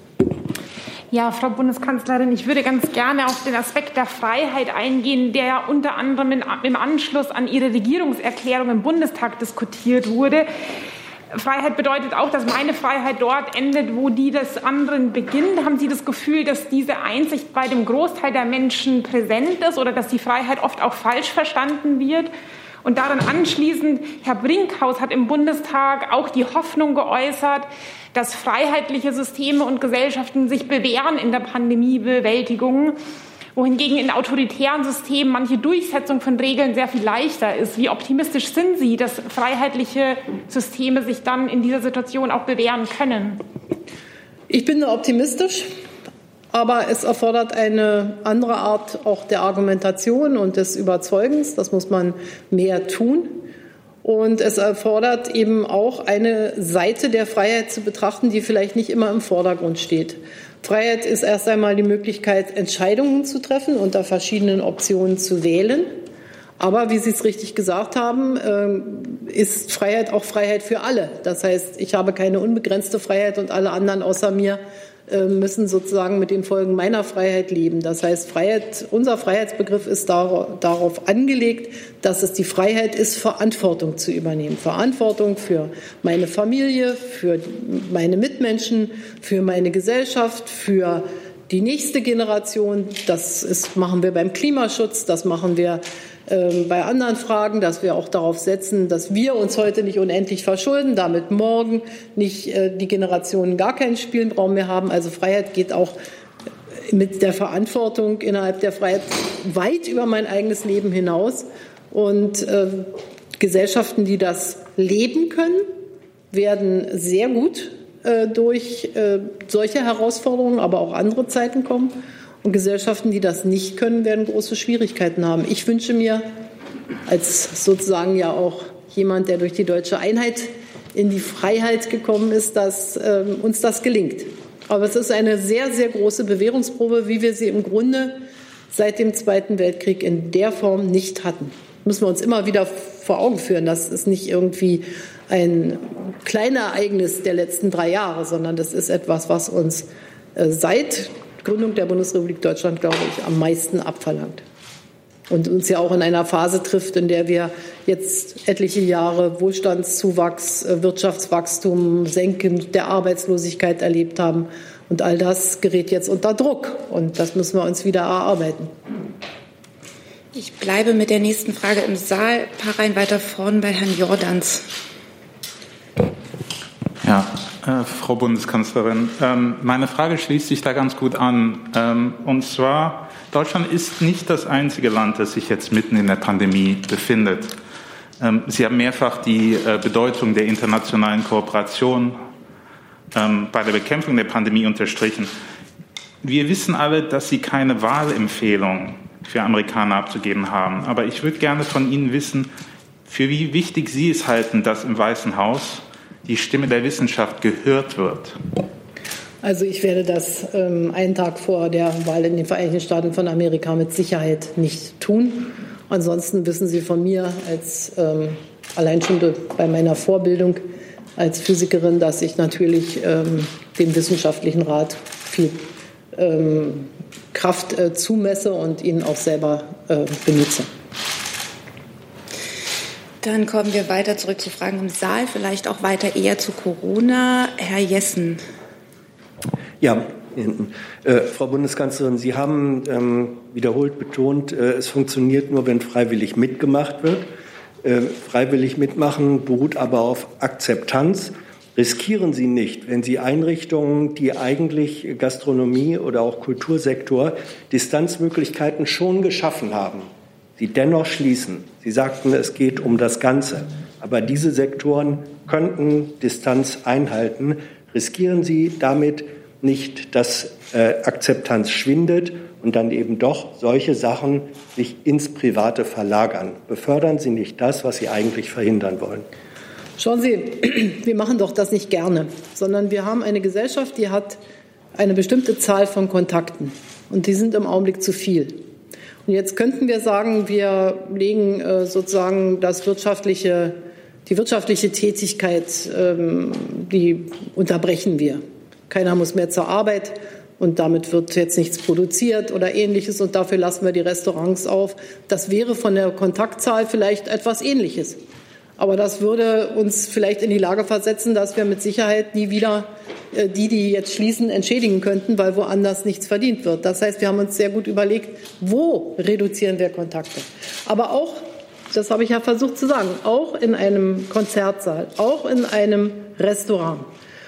[SPEAKER 9] Ja, Frau Bundeskanzlerin, ich würde ganz gerne auf den Aspekt der Freiheit eingehen, der ja unter anderem im Anschluss an Ihre Regierungserklärung im Bundestag diskutiert wurde. Freiheit bedeutet auch, dass meine Freiheit dort endet, wo die des anderen beginnt. Haben Sie das Gefühl, dass diese Einsicht bei dem Großteil der Menschen präsent ist oder dass die Freiheit oft auch falsch verstanden wird? Und daran anschließend, Herr Brinkhaus hat im Bundestag auch die Hoffnung geäußert, dass freiheitliche Systeme und Gesellschaften sich bewähren in der Pandemiebewältigung, wohingegen in autoritären Systemen manche Durchsetzung von Regeln sehr viel leichter ist. Wie optimistisch sind Sie, dass freiheitliche Systeme sich dann in dieser Situation auch bewähren können?
[SPEAKER 1] Ich bin optimistisch. Aber es erfordert eine andere Art auch der Argumentation und des Überzeugens. Das muss man mehr tun. Und es erfordert eben auch eine Seite der Freiheit zu betrachten, die vielleicht nicht immer im Vordergrund steht. Freiheit ist erst einmal die Möglichkeit, Entscheidungen zu treffen, unter verschiedenen Optionen zu wählen. Aber wie Sie es richtig gesagt haben, ist Freiheit auch Freiheit für alle. Das heißt, ich habe keine unbegrenzte Freiheit und alle anderen außer mir müssen sozusagen mit den Folgen meiner Freiheit leben. Das heißt, Freiheit, unser Freiheitsbegriff ist darauf angelegt, dass es die Freiheit ist, Verantwortung zu übernehmen. Verantwortung für meine Familie, für meine Mitmenschen, für meine Gesellschaft, für die nächste Generation. Das ist, machen wir beim Klimaschutz, das machen wir bei anderen Fragen, dass wir auch darauf setzen, dass wir uns heute nicht unendlich verschulden, damit morgen nicht die Generationen gar keinen Spielraum mehr haben. Also Freiheit geht auch mit der Verantwortung innerhalb der Freiheit weit über mein eigenes Leben hinaus. Und äh, Gesellschaften, die das leben können, werden sehr gut äh, durch äh, solche Herausforderungen, aber auch andere Zeiten kommen. Und Gesellschaften, die das nicht können, werden große Schwierigkeiten haben. Ich wünsche mir, als sozusagen ja auch jemand, der durch die deutsche Einheit in die Freiheit gekommen ist, dass äh, uns das gelingt. Aber es ist eine sehr, sehr große Bewährungsprobe, wie wir sie im Grunde seit dem Zweiten Weltkrieg in der Form nicht hatten. Müssen wir uns immer wieder vor Augen führen. Das ist nicht irgendwie ein kleines Ereignis der letzten drei Jahre, sondern das ist etwas, was uns seit Gründung der Bundesrepublik Deutschland, glaube ich, am meisten abverlangt. Und uns ja auch in einer Phase trifft, in der wir jetzt etliche Jahre Wohlstandszuwachs, Wirtschaftswachstum, Senken der Arbeitslosigkeit erlebt haben. Und all das gerät jetzt unter Druck. Und das müssen wir uns wieder erarbeiten.
[SPEAKER 2] Ich bleibe mit der nächsten Frage im Saal. Ein paar Reihen weiter vorn bei Herrn Jordans.
[SPEAKER 10] Ja, äh, Frau Bundeskanzlerin, ähm, meine Frage schließt sich da ganz gut an. Ähm, und zwar, Deutschland ist nicht das einzige Land, das sich jetzt mitten in der Pandemie befindet. Ähm, Sie haben mehrfach die äh, Bedeutung der internationalen Kooperation ähm, bei der Bekämpfung der Pandemie unterstrichen. Wir wissen alle, dass Sie keine Wahlempfehlung für Amerikaner abzugeben haben. Aber ich würde gerne von Ihnen wissen, für wie wichtig Sie es halten, dass im Weißen Haus die Stimme der Wissenschaft gehört wird.
[SPEAKER 1] Also ich werde das ähm, einen Tag vor der Wahl in den Vereinigten Staaten von Amerika mit Sicherheit nicht tun. Ansonsten wissen Sie von mir als ähm, allein schon bei meiner Vorbildung als Physikerin, dass ich natürlich ähm, dem wissenschaftlichen Rat viel ähm, Kraft äh, zumesse und ihn auch selber äh, benutze.
[SPEAKER 2] Dann kommen wir weiter zurück zu Fragen im Saal, vielleicht auch weiter eher zu Corona. Herr Jessen.
[SPEAKER 11] Ja, äh, Frau Bundeskanzlerin, Sie haben ähm, wiederholt betont, äh, es funktioniert nur, wenn freiwillig mitgemacht wird. Äh, freiwillig mitmachen beruht aber auf Akzeptanz. Riskieren Sie nicht, wenn Sie Einrichtungen, die eigentlich Gastronomie oder auch Kultursektor Distanzmöglichkeiten schon geschaffen haben, sie dennoch schließen. Sie sagten, es geht um das Ganze. Aber diese Sektoren könnten Distanz einhalten. Riskieren Sie damit nicht, dass äh, Akzeptanz schwindet und dann eben doch solche Sachen sich ins Private verlagern? Befördern Sie nicht das, was Sie eigentlich verhindern wollen?
[SPEAKER 1] Schauen Sie, wir machen doch das nicht gerne, sondern wir haben eine Gesellschaft, die hat eine bestimmte Zahl von Kontakten. Und die sind im Augenblick zu viel. Und jetzt könnten wir sagen, wir legen äh, sozusagen das wirtschaftliche, die wirtschaftliche Tätigkeit, ähm, die unterbrechen wir. Keiner muss mehr zur Arbeit und damit wird jetzt nichts produziert oder Ähnliches und dafür lassen wir die Restaurants auf. Das wäre von der Kontaktzahl vielleicht etwas Ähnliches. Aber das würde uns vielleicht in die Lage versetzen, dass wir mit Sicherheit nie wieder äh, die, die jetzt schließen, entschädigen könnten, weil woanders nichts verdient wird. Das heißt, wir haben uns sehr gut überlegt, wo reduzieren wir Kontakte. Aber auch, das habe ich ja versucht zu sagen, auch in einem Konzertsaal, auch in einem Restaurant,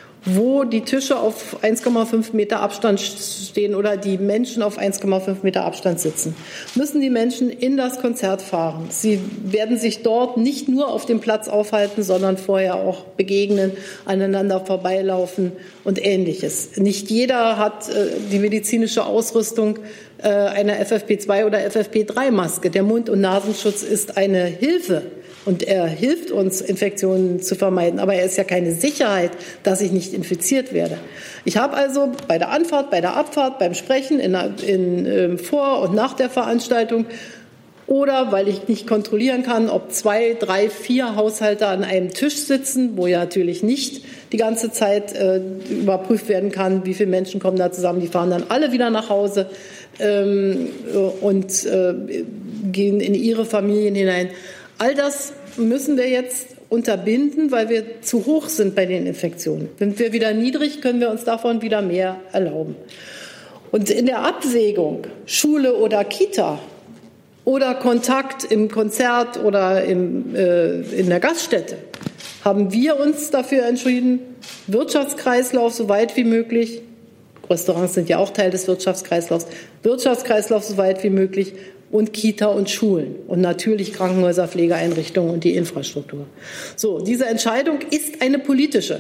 [SPEAKER 1] wo die Tische auf eins Komma fünf Meter Abstand stehen oder die Menschen auf eins Komma fünf Meter Abstand sitzen, müssen die Menschen in das Konzert fahren. Sie werden sich dort nicht nur auf dem Platz aufhalten, sondern vorher auch begegnen, aneinander vorbeilaufen und Ähnliches. Nicht jeder hat äh, die medizinische Ausrüstung äh, einer F F P zwei oder F F P drei Maske. Der Mund- und Nasenschutz ist eine Hilfe. Und er hilft uns, Infektionen zu vermeiden. Aber er ist ja keine Sicherheit, dass ich nicht infiziert werde. Ich habe also bei der Anfahrt, bei der Abfahrt, beim Sprechen, in, in, in, vor und nach der Veranstaltung oder weil ich nicht kontrollieren kann, ob zwei, drei, vier Haushalte an einem Tisch sitzen, wo ja natürlich nicht die ganze Zeit äh, überprüft werden kann, wie viele Menschen kommen da zusammen. Die fahren dann alle wieder nach Hause ähm, und äh, gehen in ihre Familien hinein. All das müssen wir jetzt unterbinden, weil wir zu hoch sind bei den Infektionen. Sind wir wieder niedrig, können wir uns davon wieder mehr erlauben. Und in der Abwägung Schule oder Kita oder Kontakt im Konzert oder im, äh, in der Gaststätte haben wir uns dafür entschieden, Wirtschaftskreislauf so weit wie möglich, Restaurants sind ja auch Teil des Wirtschaftskreislaufs, Wirtschaftskreislauf so weit wie möglich und Kita und Schulen und natürlich Krankenhäuser, Pflegeeinrichtungen und die Infrastruktur. So, diese Entscheidung ist eine politische.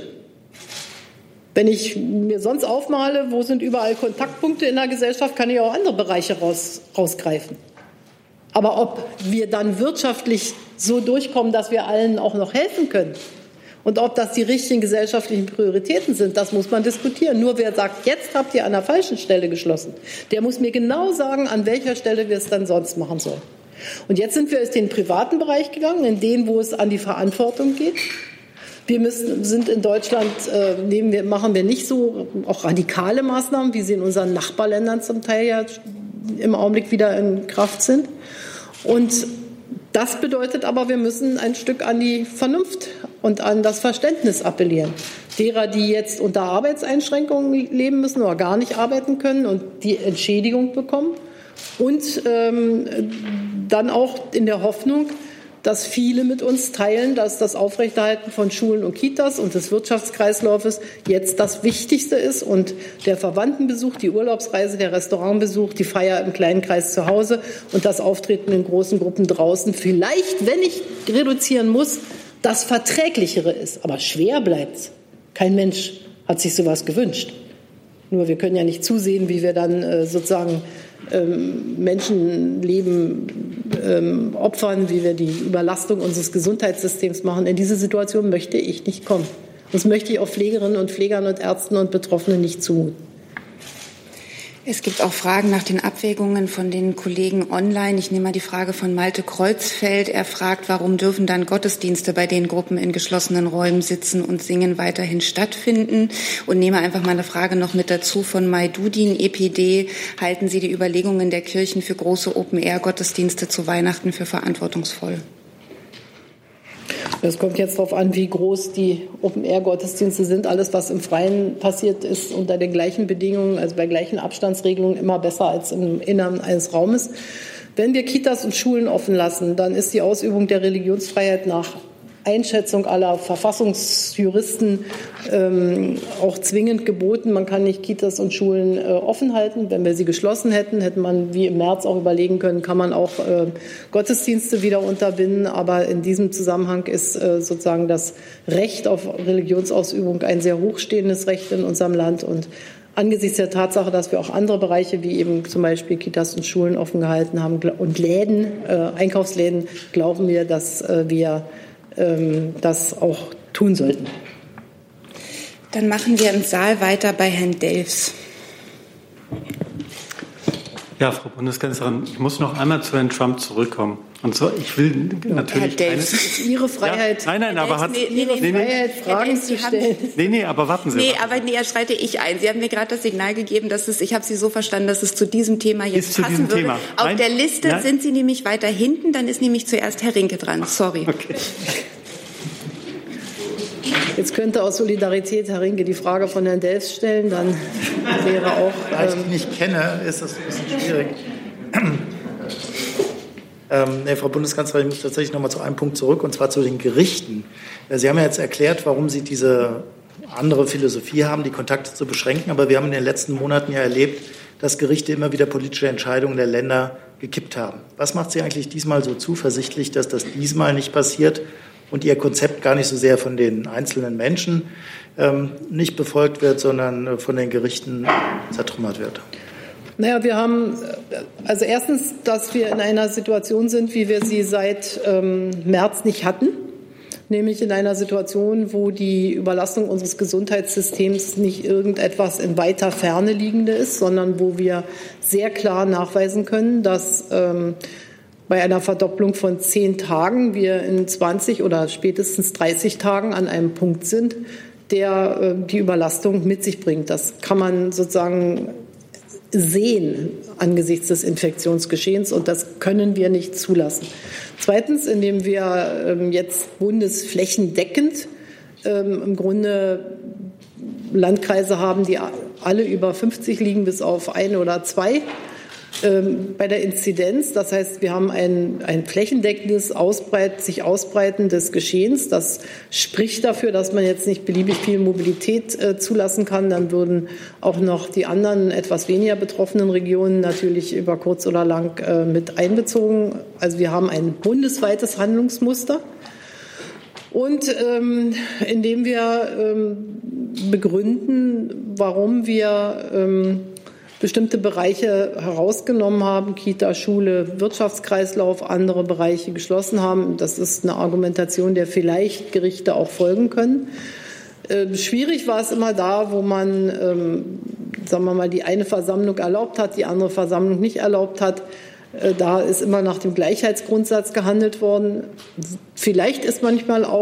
[SPEAKER 1] Wenn ich mir sonst aufmale, wo sind überall Kontaktpunkte in der Gesellschaft, kann ich auch andere Bereiche raus, rausgreifen. Aber ob wir dann wirtschaftlich so durchkommen, dass wir allen auch noch helfen können und ob das die richtigen gesellschaftlichen Prioritäten sind, das muss man diskutieren. Nur wer sagt, jetzt habt ihr an der falschen Stelle geschlossen, der muss mir genau sagen, an welcher Stelle wir es dann sonst machen sollen. Und jetzt sind wir in den privaten Bereich gegangen, in den, wo es an die Verantwortung geht. Wir müssen, sind in Deutschland, äh, nehmen wir, machen wir nicht so auch radikale Maßnahmen, wie sie in unseren Nachbarländern zum Teil ja im Augenblick wieder in Kraft sind. Und das bedeutet aber, wir müssen ein Stück an die Vernunft und an das Verständnis appellieren. Derer, die jetzt unter Arbeitseinschränkungen leben müssen oder gar nicht arbeiten können und die Entschädigung bekommen. Und ähm, dann auch in der Hoffnung, dass viele mit uns teilen, dass das Aufrechterhalten von Schulen und Kitas und des Wirtschaftskreislaufes jetzt das Wichtigste ist und der Verwandtenbesuch, die Urlaubsreise, der Restaurantbesuch, die Feier im kleinen Kreis zu Hause und das Auftreten in großen Gruppen draußen vielleicht, wenn ich reduzieren muss, das Verträglichere ist. Aber schwer bleibt's. Kein Mensch hat sich sowas gewünscht. Nur wir können ja nicht zusehen, wie wir dann äh, sozusagen ähm, Menschenleben ähm, opfern, wie wir die Überlastung unseres Gesundheitssystems machen. In diese Situation möchte ich nicht kommen. Das möchte ich auch Pflegerinnen und Pflegern und Ärzten und Betroffenen nicht zumuten.
[SPEAKER 2] Es gibt auch Fragen nach den Abwägungen von den Kollegen online. Ich nehme mal die Frage von Malte Kreuzfeld. Er fragt, warum dürfen dann Gottesdienste, bei denen Gruppen in geschlossenen Räumen sitzen und singen, weiterhin stattfinden? Und nehme einfach mal eine Frage noch mit dazu von Maidudin, E P D. Halten Sie die Überlegungen der Kirchen für große Open-Air-Gottesdienste zu Weihnachten für verantwortungsvoll?
[SPEAKER 1] Es kommt jetzt darauf an, wie groß die Open-Air-Gottesdienste sind. Alles, was im Freien passiert, ist unter den gleichen Bedingungen, also bei gleichen Abstandsregelungen, immer besser als im Innern eines Raumes. Wenn wir Kitas und Schulen offen lassen, dann ist die Ausübung der Religionsfreiheit nach Einschätzung aller Verfassungsjuristen ähm, auch zwingend geboten. Man kann nicht Kitas und Schulen äh, offen halten. Wenn wir sie geschlossen hätten, hätte man wie im März auch überlegen können, kann man auch äh, Gottesdienste wieder unterbinden. Aber in diesem Zusammenhang ist äh, sozusagen das Recht auf Religionsausübung ein sehr hochstehendes Recht in unserem Land. Und angesichts der Tatsache, dass wir auch andere Bereiche wie eben zum Beispiel Kitas und Schulen offen gehalten haben und Läden, äh, Einkaufsläden, glauben wir, dass äh, wir das auch tun sollten.
[SPEAKER 2] Dann machen wir im Saal weiter bei Herrn Delfs.
[SPEAKER 12] Ja, Frau Bundeskanzlerin, ich muss noch einmal zu Herrn Trump zurückkommen. Und so, ich will natürlich
[SPEAKER 1] Herr Delfs, es ist Ihre Freiheit.
[SPEAKER 12] Ja, nein, nein, aber hat
[SPEAKER 1] nee, nee, nee, Freiheit, Fragen
[SPEAKER 2] Delfs,
[SPEAKER 1] zu stellen.
[SPEAKER 12] Nee, nee, aber warten Sie.
[SPEAKER 2] Nee, mal. aber nee, da schreite ich ein. Sie haben mir gerade das Signal gegeben, dass es, ich habe Sie so verstanden, dass es zu diesem Thema jetzt
[SPEAKER 12] ist
[SPEAKER 2] passen würde.
[SPEAKER 12] Thema.
[SPEAKER 2] Auf
[SPEAKER 12] nein,
[SPEAKER 2] der Liste
[SPEAKER 12] nein.
[SPEAKER 2] sind Sie nämlich weiter hinten, dann ist nämlich zuerst Herr Rinke dran. Sorry.
[SPEAKER 12] Okay.
[SPEAKER 1] Jetzt könnte aus Solidarität Herr Rinke die Frage von Herrn Delfs stellen, dann wäre auch...
[SPEAKER 13] Da ich ihn nicht kenne, ist das ein bisschen schwierig. Ähm, nee, Frau Bundeskanzlerin, ich muss tatsächlich noch mal zu einem Punkt zurück, und zwar zu den Gerichten. Sie haben ja jetzt erklärt, warum Sie diese andere Philosophie haben, die Kontakte zu beschränken, aber wir haben in den letzten Monaten ja erlebt, dass Gerichte immer wieder politische Entscheidungen der Länder gekippt haben. Was macht Sie eigentlich diesmal so zuversichtlich, dass das diesmal nicht passiert und Ihr Konzept gar nicht so sehr von den einzelnen Menschen ähm, nicht befolgt wird, sondern von den Gerichten zertrümmert wird?
[SPEAKER 1] Naja, wir haben, also erstens, dass wir in einer Situation sind, wie wir sie seit ähm, März nicht hatten, nämlich in einer Situation, wo die Überlastung unseres Gesundheitssystems nicht irgendetwas in weiter Ferne liegende ist, sondern wo wir sehr klar nachweisen können, dass ähm, bei einer Verdopplung von zehn Tagen wir in zwanzig oder spätestens dreißig Tagen an einem Punkt sind, der äh, die Überlastung mit sich bringt. Das kann man sozusagen sehen angesichts des Infektionsgeschehens, und das können wir nicht zulassen. Zweitens, indem wir ähm, jetzt bundesflächendeckend ähm, im Grunde Landkreise haben, die alle über fünfzig liegen, bis auf ein oder zwei ähm, bei der Inzidenz. Das heißt, wir haben ein, ein flächendeckendes, ausbreit, sich ausbreitendes Geschehens. Das spricht dafür, dass man jetzt nicht beliebig viel Mobilität äh, zulassen kann. Dann würden auch noch die anderen etwas weniger betroffenen Regionen natürlich über kurz oder lang äh, mit einbezogen. Also wir haben ein bundesweites Handlungsmuster. Und ähm, indem wir ähm, begründen, warum wir ähm, bestimmte Bereiche herausgenommen haben, Kita, Schule, Wirtschaftskreislauf, andere Bereiche geschlossen haben. Das ist eine Argumentation, der vielleicht Gerichte auch folgen können. Äh, schwierig war es immer da, wo man, ähm, sagen wir mal, die eine Versammlung erlaubt hat, die andere Versammlung nicht erlaubt hat. Äh, da ist immer nach dem Gleichheitsgrundsatz gehandelt worden. Vielleicht ist manchmal auch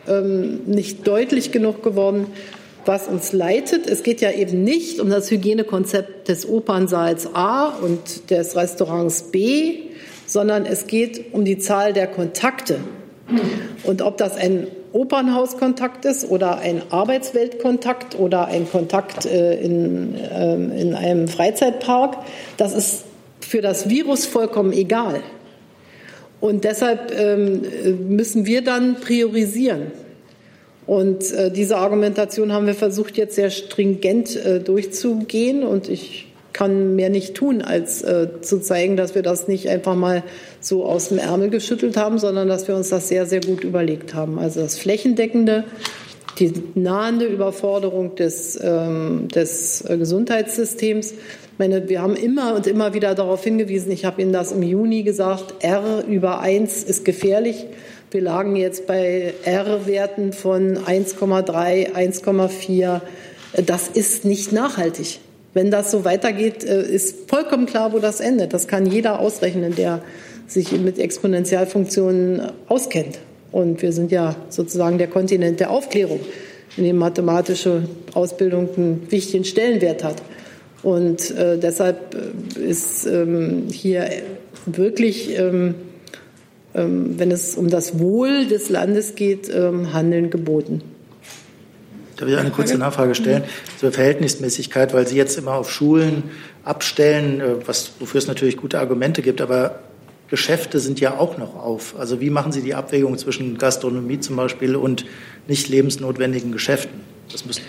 [SPEAKER 1] ähm, nicht deutlich genug geworden, was uns leitet. Es geht ja eben nicht um das Hygienekonzept des Opernsaals A und des Restaurants B, sondern es geht um die Zahl der Kontakte. Und ob das ein Opernhauskontakt ist oder ein Arbeitsweltkontakt oder ein Kontakt äh, in, äh, in einem Freizeitpark, das ist für das Virus vollkommen egal. Und deshalb ähm, müssen wir dann priorisieren. Und äh, diese Argumentation haben wir versucht, jetzt sehr stringent äh, durchzugehen. Und ich kann mehr nicht tun, als äh, zu zeigen, dass wir das nicht einfach mal so aus dem Ärmel geschüttelt haben, sondern dass wir uns das sehr, sehr gut überlegt haben. Also das Flächendeckende, die nahende Überforderung des, ähm, des äh, Gesundheitssystems. Ich meine, wir haben immer und immer wieder darauf hingewiesen, ich habe Ihnen das im Juni gesagt, R über eins ist gefährlich. Wir lagen jetzt bei R-Werten von eins Komma drei, eins Komma vier. Das ist nicht nachhaltig. Wenn das so weitergeht, ist vollkommen klar, wo das endet. Das kann jeder ausrechnen, der sich mit Exponentialfunktionen auskennt. Und wir sind ja sozusagen der Kontinent der Aufklärung, in dem mathematische Ausbildung einen wichtigen Stellenwert hat. Und äh, deshalb ist ähm, hier wirklich, ähm, ähm, wenn es um das Wohl des Landes geht, ähm, Handeln geboten.
[SPEAKER 13] Darf ich eine kurze Nachfrage stellen zur Verhältnismäßigkeit, weil Sie jetzt immer auf Schulen abstellen, was, wofür es natürlich gute Argumente gibt, aber Geschäfte sind ja auch noch auf. Also wie machen Sie die Abwägung zwischen Gastronomie zum Beispiel und nicht lebensnotwendigen Geschäften? Das müssen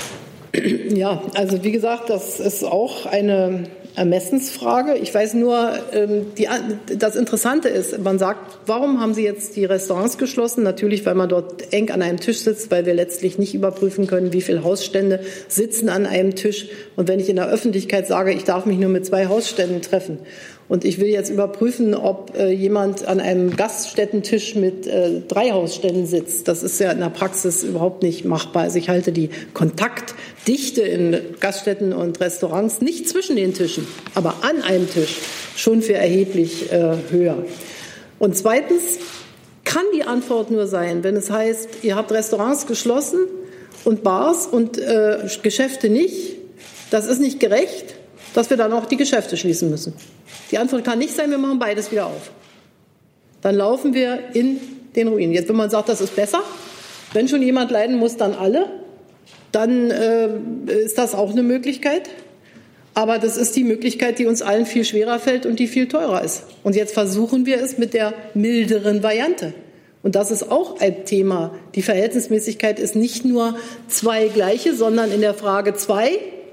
[SPEAKER 1] Ja, also wie gesagt, das ist auch eine Ermessensfrage. Ich weiß nur, die, das Interessante ist, man sagt, warum haben Sie jetzt die Restaurants geschlossen? Natürlich, weil man dort eng an einem Tisch sitzt, weil wir letztlich nicht überprüfen können, wie viele Hausstände sitzen an einem Tisch. Und wenn ich in der Öffentlichkeit sage, ich darf mich nur mit zwei Hausständen treffen und ich will jetzt überprüfen, ob äh, jemand an einem Gaststättentisch mit äh, drei Hausständen sitzt, das ist ja in der Praxis überhaupt nicht machbar. Also ich halte die Kontaktdichte in Gaststätten und Restaurants nicht zwischen den Tischen, aber an einem Tisch schon für erheblich äh, höher. Und zweitens kann die Antwort nur sein, wenn es heißt, ihr habt Restaurants geschlossen und Bars und äh, Geschäfte nicht, das ist nicht gerecht, dass wir dann auch die Geschäfte schließen müssen. Die Antwort kann nicht sein, wir machen beides wieder auf. Dann laufen wir in den Ruin. Jetzt, wenn man sagt, das ist besser, wenn schon jemand leiden muss, dann alle, dann äh, ist das auch eine Möglichkeit. Aber das ist die Möglichkeit, die uns allen viel schwerer fällt und die viel teurer ist. Und jetzt versuchen wir es mit der milderen Variante. Und das ist auch ein Thema. Die Verhältnismäßigkeit ist nicht nur zwei gleiche, sondern in der Frage zwei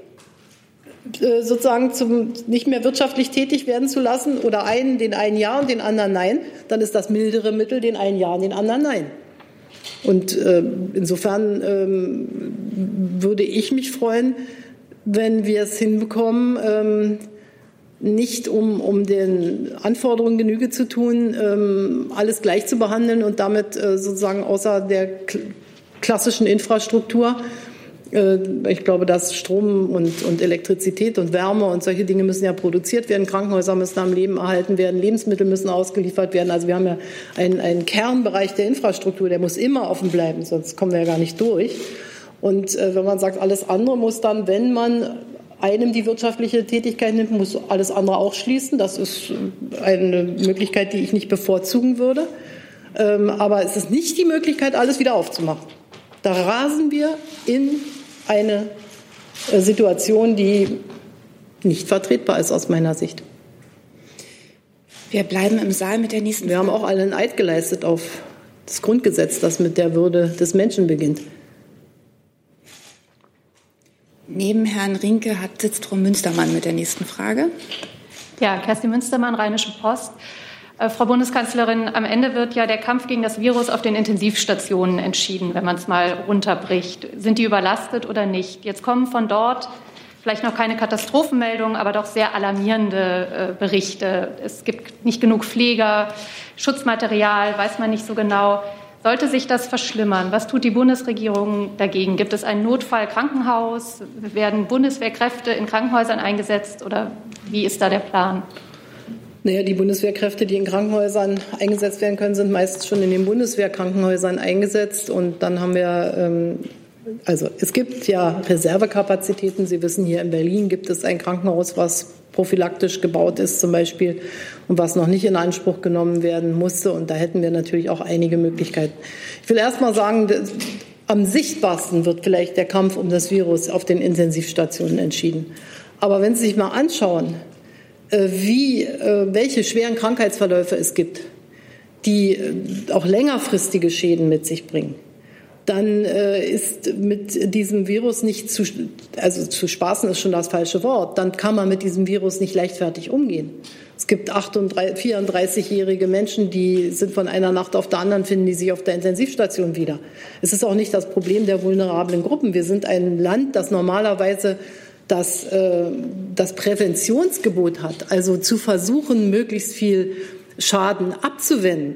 [SPEAKER 1] sozusagen zum nicht mehr wirtschaftlich tätig werden zu lassen oder einen den einen ja und den anderen nein, dann ist das mildere Mittel den einen ja und den anderen nein. Und äh, insofern ähm, würde ich mich freuen, wenn wir es hinbekommen, ähm, nicht um, um den Anforderungen Genüge zu tun, ähm, alles gleich zu behandeln und damit äh, sozusagen außer der kl- klassischen Infrastruktur. Ich glaube, dass Strom und, und Elektrizität und Wärme und solche Dinge müssen ja produziert werden. Krankenhäuser müssen am Leben erhalten werden. Lebensmittel müssen ausgeliefert werden. Also wir haben ja einen, einen Kernbereich der Infrastruktur, der muss immer offen bleiben, sonst kommen wir ja gar nicht durch. Und äh, wenn man sagt, alles andere muss dann, wenn man einem die wirtschaftliche Tätigkeit nimmt, muss alles andere auch schließen. Das ist eine Möglichkeit, die ich nicht bevorzugen würde. Ähm, aber es ist nicht die Möglichkeit, alles wieder aufzumachen. Da rasen wir in eine Situation, die nicht vertretbar ist aus meiner Sicht.
[SPEAKER 2] Wir bleiben im Saal mit der nächsten
[SPEAKER 1] Wir
[SPEAKER 2] Frage.
[SPEAKER 1] haben auch alle einen Eid geleistet auf das Grundgesetz, das mit der Würde des Menschen beginnt.
[SPEAKER 2] Neben Herrn Rinke hat sitzt Frau Münstermann mit der nächsten Frage.
[SPEAKER 14] Ja, Kerstin Münstermann, Rheinische Post. Frau Bundeskanzlerin, am Ende wird ja der Kampf gegen das Virus auf den Intensivstationen entschieden, wenn man es mal runterbricht. Sind die überlastet oder nicht? Jetzt kommen von dort vielleicht noch keine Katastrophenmeldungen, aber doch sehr alarmierende äh, Berichte. Es gibt nicht genug Pfleger, Schutzmaterial, weiß man nicht so genau. Sollte sich das verschlimmern, was tut die Bundesregierung dagegen? Gibt es ein Notfallkrankenhaus? Werden Bundeswehrkräfte in Krankenhäusern eingesetzt oder wie ist da der Plan?
[SPEAKER 1] Naja, die Bundeswehrkräfte, die in Krankenhäusern eingesetzt werden können, sind meist schon in den Bundeswehrkrankenhäusern eingesetzt. Und dann haben wir, ähm, also es gibt ja Reservekapazitäten. Sie wissen, hier in Berlin gibt es ein Krankenhaus, was prophylaktisch gebaut ist zum Beispiel und was noch nicht in Anspruch genommen werden musste. Und da hätten wir natürlich auch einige Möglichkeiten. Ich will erst mal sagen, am sichtbarsten wird vielleicht der Kampf um das Virus auf den Intensivstationen entschieden. Aber wenn Sie sich mal anschauen, wie, welche schweren Krankheitsverläufe es gibt, die auch längerfristige Schäden mit sich bringen, dann ist mit diesem Virus nicht zu, also zu spaßen ist schon das falsche Wort, dann kann man mit diesem Virus nicht leichtfertig umgehen. Es gibt vierunddreißigjährige Menschen, die sind von einer Nacht auf der anderen, finden die sich auf der Intensivstation wieder. Es ist auch nicht das Problem der vulnerablen Gruppen. Wir sind ein Land, das normalerweise das, äh, das Präventionsgebot hat, also zu versuchen, möglichst viel Schaden abzuwenden.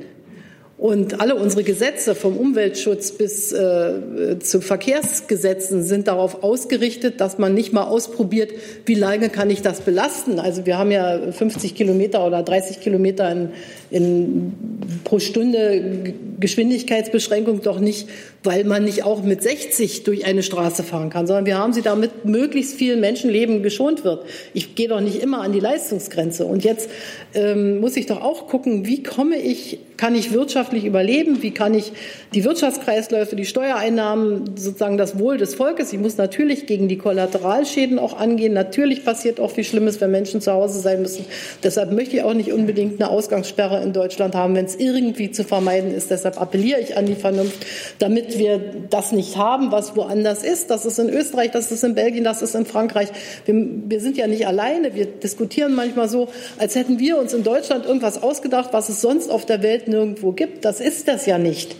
[SPEAKER 1] Und alle unsere Gesetze, vom Umweltschutz bis äh, zu Verkehrsgesetzen, sind darauf ausgerichtet, dass man nicht mal ausprobiert, wie lange kann ich das belasten. Also wir haben ja fünfzig Kilometer oder dreißig Kilometer in, in, pro Stunde Geschwindigkeitsbeschränkung, doch nicht, weil man nicht auch mit sechzig durch eine Straße fahren kann, sondern wir haben sie, damit möglichst vielen Menschenleben geschont wird. Ich gehe doch nicht immer an die Leistungsgrenze. Und jetzt ähm, muss ich doch auch gucken, wie komme ich, kann ich wirtschaftlich überleben, wie kann ich die Wirtschaftskreisläufe, die Steuereinnahmen, sozusagen das Wohl des Volkes, ich muss natürlich gegen die Kollateralschäden auch angehen. Natürlich passiert auch viel Schlimmes, wenn Menschen zu Hause sein müssen. Deshalb möchte ich auch nicht unbedingt eine Ausgangssperre in Deutschland haben, wenn es irgendwie zu vermeiden ist. Deshalb appelliere ich an die Vernunft, damit wir das nicht haben, was woanders ist. Das ist in Österreich, das ist in Belgien, das ist in Frankreich. Wir, wir sind ja nicht alleine. Wir diskutieren manchmal so, als hätten wir uns in Deutschland irgendwas ausgedacht, was es sonst auf der Welt nirgendwo gibt. Das ist das ja nicht.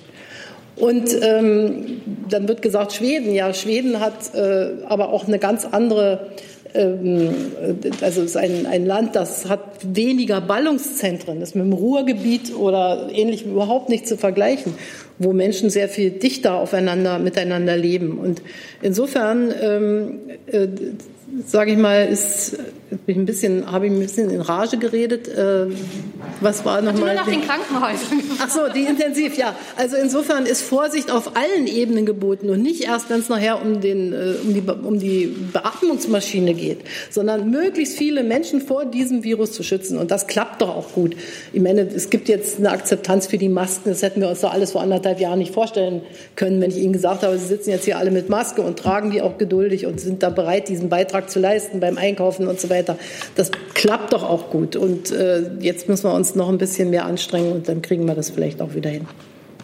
[SPEAKER 1] Und ähm, dann wird gesagt, Schweden. Ja, Schweden hat äh, aber auch eine ganz andere, ähm, also es ist ein, ein Land, das hat weniger Ballungszentren, ist mit dem Ruhrgebiet oder ähnlichem überhaupt nicht zu vergleichen, wo Menschen sehr viel dichter aufeinander, miteinander leben. Und insofern, ähm, äh, sage ich mal, ist bin ein bisschen, habe ich ein bisschen in Rage geredet. Äh, was war noch mal?
[SPEAKER 14] Nur nach den Krankenhäusern.
[SPEAKER 1] Ach so, die Intensiv, ja. Also insofern ist Vorsicht auf allen Ebenen geboten und nicht erst, wenn es nachher um, den, äh, um, die, um die Beatmungsmaschine geht, sondern möglichst viele Menschen vor diesem Virus zu schützen. Und das klappt doch auch gut. Ich meine, es gibt jetzt eine Akzeptanz für die Masken. Das hätten wir uns doch alles vor anderthalb Jahren nicht vorstellen können, wenn ich Ihnen gesagt habe, Sie sitzen jetzt hier alle mit Maske und tragen die auch geduldig und sind da bereit, diesen Beitrag zu leisten beim Einkaufen und so weiter. Das klappt doch auch gut. Und äh, jetzt müssen wir uns noch ein bisschen mehr anstrengen und dann kriegen wir das vielleicht auch wieder hin.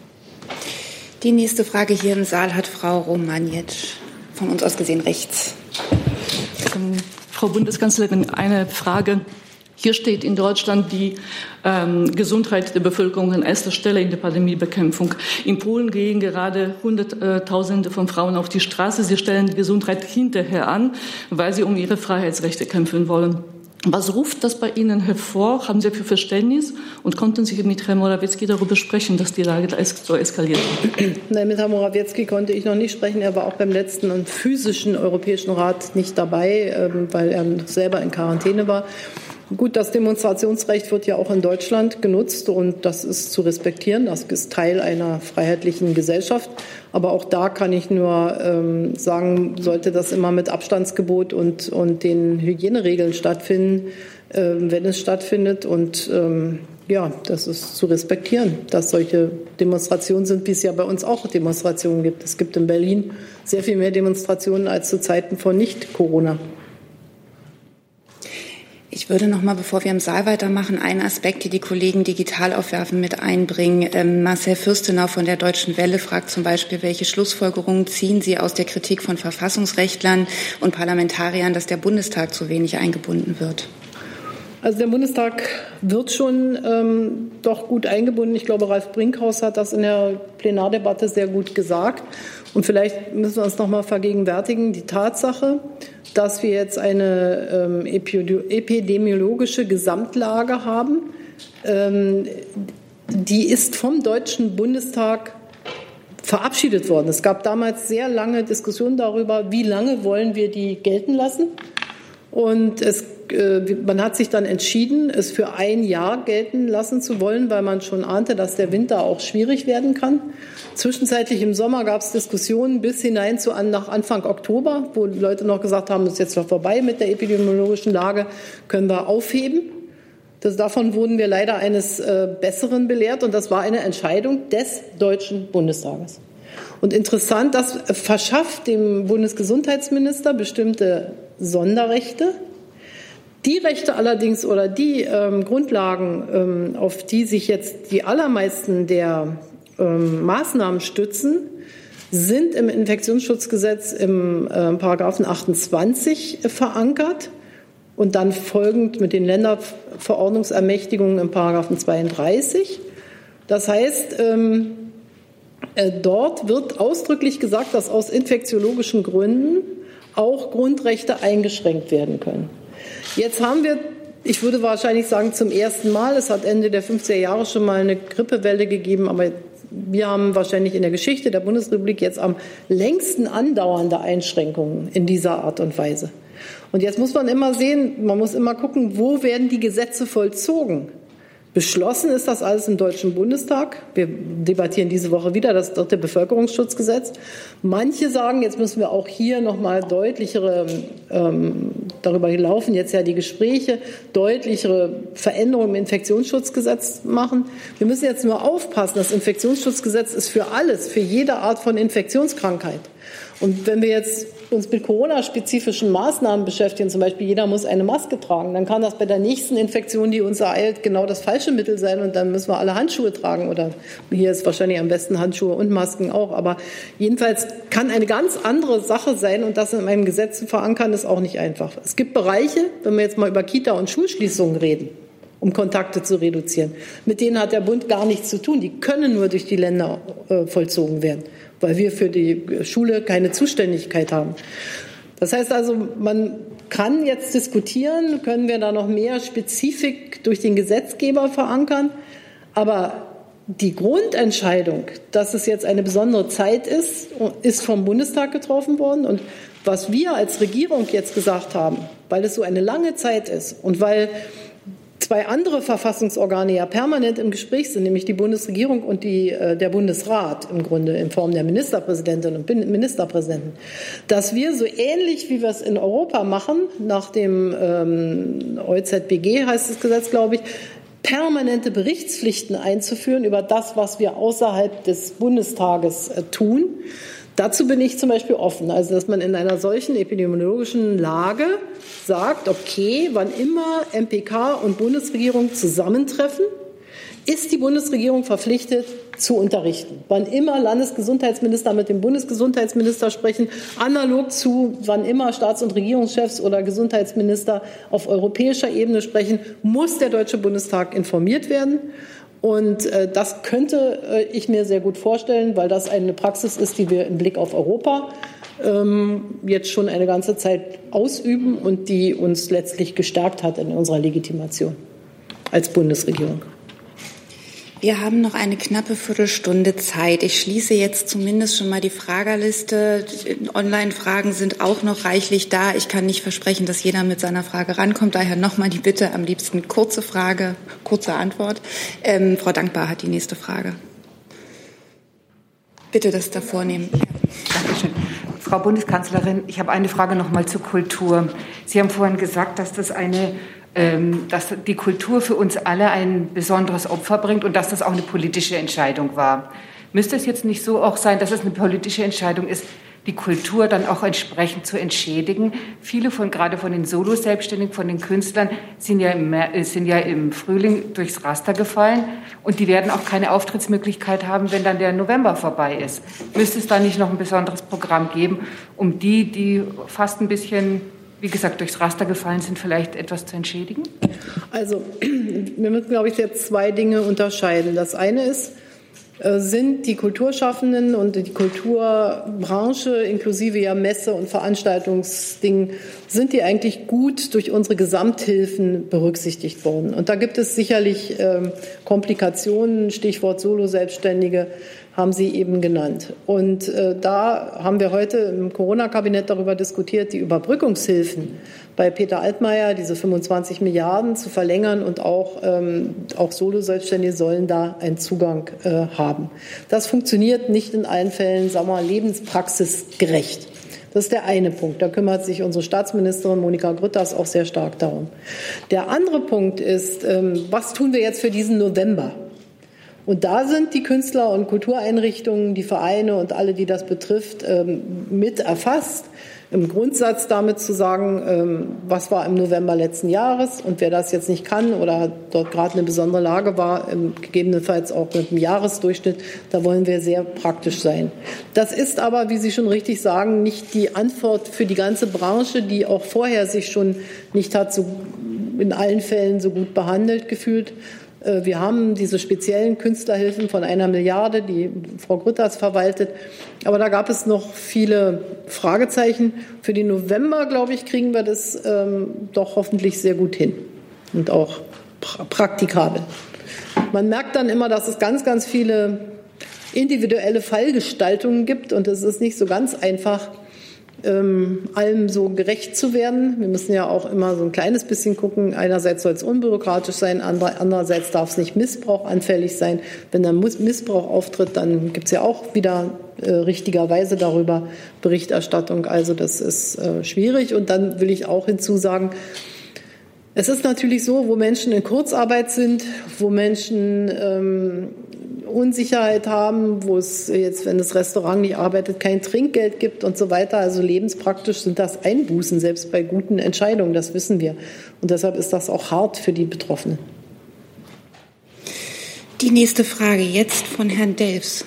[SPEAKER 2] Die nächste Frage hier im Saal hat Frau Romaniec, von uns aus gesehen rechts.
[SPEAKER 15] Ähm, Frau Bundeskanzlerin, eine Frage. Hier steht in Deutschland die ähm, Gesundheit der Bevölkerung an erster Stelle in der Pandemiebekämpfung. In Polen gehen gerade Hunderttausende von Frauen auf die Straße. Sie stellen die Gesundheit hinterher an, weil sie um ihre Freiheitsrechte kämpfen wollen. Was ruft das bei Ihnen hervor? Haben Sie für Verständnis? Und konnten Sie mit Herrn Morawiecki darüber sprechen, dass die Lage so eskaliert?
[SPEAKER 1] Nein, mit Herrn Morawiecki konnte ich noch nicht sprechen. Er war auch beim letzten und physischen Europäischen Rat nicht dabei, weil er selber in Quarantäne war. Gut, das Demonstrationsrecht wird ja auch in Deutschland genutzt und das ist zu respektieren. Das ist Teil einer freiheitlichen Gesellschaft. Aber auch da kann ich nur ähm, sagen, sollte das immer mit Abstandsgebot und, und den Hygieneregeln stattfinden, äh, wenn es stattfindet. Und ähm, ja, das ist zu respektieren, dass solche Demonstrationen sind, wie es ja bei uns auch Demonstrationen gibt. Es gibt in Berlin sehr viel mehr Demonstrationen als zu Zeiten von Nicht-Corona.
[SPEAKER 2] Ich würde noch mal, bevor wir im Saal weitermachen, einen Aspekt, die die Kollegen digital aufwerfen, mit einbringen. Ähm, Marcel Fürstenau von der Deutschen Welle fragt zum Beispiel, welche Schlussfolgerungen ziehen Sie aus der Kritik von Verfassungsrechtlern und Parlamentariern, dass der Bundestag zu wenig eingebunden wird?
[SPEAKER 1] Also der Bundestag wird schon ähm, doch gut eingebunden. Ich glaube, Ralf Brinkhaus hat das in der Plenardebatte sehr gut gesagt. Und vielleicht müssen wir uns noch mal vergegenwärtigen, die Tatsache, dass wir jetzt eine ähm, epidemiologische Gesamtlage haben, ähm, die ist vom Deutschen Bundestag verabschiedet worden. Es gab damals sehr lange Diskussionen darüber, wie lange wollen wir die gelten lassen. Und es, äh, man hat sich dann entschieden, es für ein Jahr gelten lassen zu wollen, weil man schon ahnte, dass der Winter auch schwierig werden kann. Zwischenzeitlich im Sommer gab es Diskussionen bis hinein zu an, nach Anfang Oktober, wo Leute noch gesagt haben, es ist jetzt noch vorbei mit der epidemiologischen Lage, können wir aufheben. Das, davon wurden wir leider eines äh, Besseren belehrt, und das war eine Entscheidung des Deutschen Bundestages. Und interessant, das verschafft dem Bundesgesundheitsminister bestimmte Sonderrechte. Die Rechte allerdings oder die ähm, Grundlagen, ähm, auf die sich jetzt die allermeisten der ähm, Maßnahmen stützen, sind im Infektionsschutzgesetz im äh, Paragraphen achtundzwanzig verankert und dann folgend mit den Länderverordnungsermächtigungen im Paragraphen zweiunddreißig. Das heißt, ähm, äh, dort wird ausdrücklich gesagt, dass aus infektiologischen Gründen auch Grundrechte eingeschränkt werden können. Jetzt haben wir, ich würde wahrscheinlich sagen, zum ersten Mal, es hat Ende der fünfziger Jahre schon mal eine Grippewelle gegeben, aber wir haben wahrscheinlich in der Geschichte der Bundesrepublik jetzt am längsten andauernde Einschränkungen in dieser Art und Weise. Und jetzt muss man immer sehen, man muss immer gucken, wo werden die Gesetze vollzogen? Beschlossen ist das alles im Deutschen Bundestag. Wir debattieren diese Woche wieder das dritte Bevölkerungsschutzgesetz. Manche sagen, jetzt müssen wir auch hier noch mal deutlichere, ähm, darüber laufen jetzt ja die Gespräche, deutlichere Veränderungen im Infektionsschutzgesetz machen. Wir müssen jetzt nur aufpassen, das Infektionsschutzgesetz ist für alles, für jede Art von Infektionskrankheit. Und wenn wir jetzt uns mit Corona-spezifischen Maßnahmen beschäftigen, zum Beispiel jeder muss eine Maske tragen, dann kann das bei der nächsten Infektion, die uns ereilt, genau das falsche Mittel sein, und dann müssen wir alle Handschuhe tragen, oder hier ist wahrscheinlich am besten Handschuhe und Masken auch, aber jedenfalls kann eine ganz andere Sache sein, und das in einem Gesetz zu verankern, ist auch nicht einfach. Es gibt Bereiche, wenn wir jetzt mal über Kita- und Schulschließungen reden, um Kontakte zu reduzieren, mit denen hat der Bund gar nichts zu tun, die können nur durch die Länder äh, vollzogen werden, weil wir für die Schule keine Zuständigkeit haben. Das heißt also, man kann jetzt diskutieren, können wir da noch mehr Spezifik durch den Gesetzgeber verankern, aber die Grundentscheidung, dass es jetzt eine besondere Zeit ist, ist vom Bundestag getroffen worden. Und was wir als Regierung jetzt gesagt haben, weil es so eine lange Zeit ist und weil zwei andere Verfassungsorgane ja permanent im Gespräch sind, nämlich die Bundesregierung und die, äh, der Bundesrat im Grunde in Form der Ministerpräsidentinnen und Ministerpräsidenten, dass wir so ähnlich, wie wir es in Europa machen, nach dem ähm, O E Z B G heißt das Gesetz, glaube ich, permanente Berichtspflichten einzuführen über das, was wir außerhalb des Bundestages äh, tun. Dazu bin ich zum Beispiel offen, also dass man in einer solchen epidemiologischen Lage sagt, okay, wann immer M P K und Bundesregierung zusammentreffen, ist die Bundesregierung verpflichtet zu unterrichten. Wann immer Landesgesundheitsminister mit dem Bundesgesundheitsminister sprechen, analog zu wann immer Staats- und Regierungschefs oder Gesundheitsminister auf europäischer Ebene sprechen, muss der Deutsche Bundestag informiert werden. Und äh, das könnte äh, ich mir sehr gut vorstellen, weil das eine Praxis ist, die wir im Blick auf Europa ähm, jetzt schon eine ganze Zeit ausüben und die uns letztlich gestärkt hat in unserer Legitimation als Bundesregierung.
[SPEAKER 2] Wir haben noch eine knappe Viertelstunde Zeit. Ich schließe jetzt zumindest schon mal die Fragerliste. Online-Fragen sind auch noch reichlich da. Ich kann nicht versprechen, dass jeder mit seiner Frage rankommt. Daher nochmal die Bitte, am liebsten kurze Frage, kurze Antwort. Ähm, Frau Dankbar hat die nächste Frage. Bitte das davor nehmen.
[SPEAKER 16] Dankeschön. Frau Bundeskanzlerin, ich habe eine Frage noch mal zur Kultur. Sie haben vorhin gesagt, dass das eine dass die Kultur für uns alle ein besonderes Opfer bringt und dass das auch eine politische Entscheidung war. Müsste es jetzt nicht so auch sein, dass es eine politische Entscheidung ist, die Kultur dann auch entsprechend zu entschädigen? Viele von, gerade von den Solo-Selbstständigen, von den Künstlern, sind ja, im, sind ja im Frühling durchs Raster gefallen und die werden auch keine Auftrittsmöglichkeit haben, wenn dann der November vorbei ist. Müsste es da nicht noch ein besonderes Programm geben, um die, die fast ein bisschen, wie gesagt, durchs Raster gefallen sind, vielleicht etwas zu entschädigen? Also wir müssen, glaube ich, jetzt zwei Dinge unterscheiden. Das eine ist, sind die Kulturschaffenden und die Kulturbranche inklusive ja Messe- und Veranstaltungsdingen, sind die eigentlich gut durch unsere Gesamthilfen berücksichtigt worden? Und da gibt es sicherlich äh, Komplikationen, Stichwort Solo-Selbstständige,
[SPEAKER 1] haben Sie eben genannt. Und äh, da haben wir heute im Corona-Kabinett darüber diskutiert, die Überbrückungshilfen bei Peter Altmaier, diese fünfundzwanzig Milliarden zu verlängern, und auch, ähm, auch Solo-Selbstständige sollen da einen Zugang äh, haben. Das funktioniert nicht in allen Fällen, sagen wir mal, lebenspraxisgerecht. Das ist der eine Punkt. Da kümmert sich unsere Staatsministerin Monika Grütters auch sehr stark darum. Der andere Punkt ist, ähm, was tun wir jetzt für diesen November? Und da sind die Künstler- und Kultureinrichtungen, die Vereine und alle, die das betrifft, mit erfasst. Im Grundsatz damit zu sagen, was war im November letzten Jahres, und wer das jetzt nicht kann oder dort gerade eine besondere Lage war, gegebenenfalls auch mit einem Jahresdurchschnitt, da wollen wir sehr praktisch sein. Das ist aber, wie Sie schon richtig sagen, nicht die Antwort für die ganze Branche, die auch vorher sich schon nicht hat so in allen Fällen so gut behandelt gefühlt. Wir haben diese speziellen Künstlerhilfen von einer Milliarde, die Frau Grütters verwaltet. Aber da gab es noch viele Fragezeichen. Für den November, glaube ich, kriegen wir das ähm, doch hoffentlich sehr gut hin und auch pra- praktikabel. Man merkt dann immer, dass es ganz, ganz viele individuelle Fallgestaltungen gibt, und es ist nicht so ganz einfach, Ähm, allem so gerecht zu werden. Wir müssen ja auch immer so ein kleines bisschen gucken. Einerseits soll es unbürokratisch sein, andererseits darf es nicht missbrauchanfällig sein. Wenn dann Missbrauch auftritt, dann gibt es ja auch wieder äh, richtigerweise darüber Berichterstattung. Also das ist äh, schwierig. Und dann will ich auch hinzusagen, es ist natürlich so, wo Menschen in Kurzarbeit sind, wo Menschen ähm, Unsicherheit haben, wo es jetzt, wenn das Restaurant nicht arbeitet, kein Trinkgeld gibt und so weiter. Also lebenspraktisch sind das Einbußen, selbst bei guten Entscheidungen, das wissen wir. Und deshalb ist das auch hart für die Betroffenen.
[SPEAKER 2] Die nächste Frage jetzt von Herrn Delfs.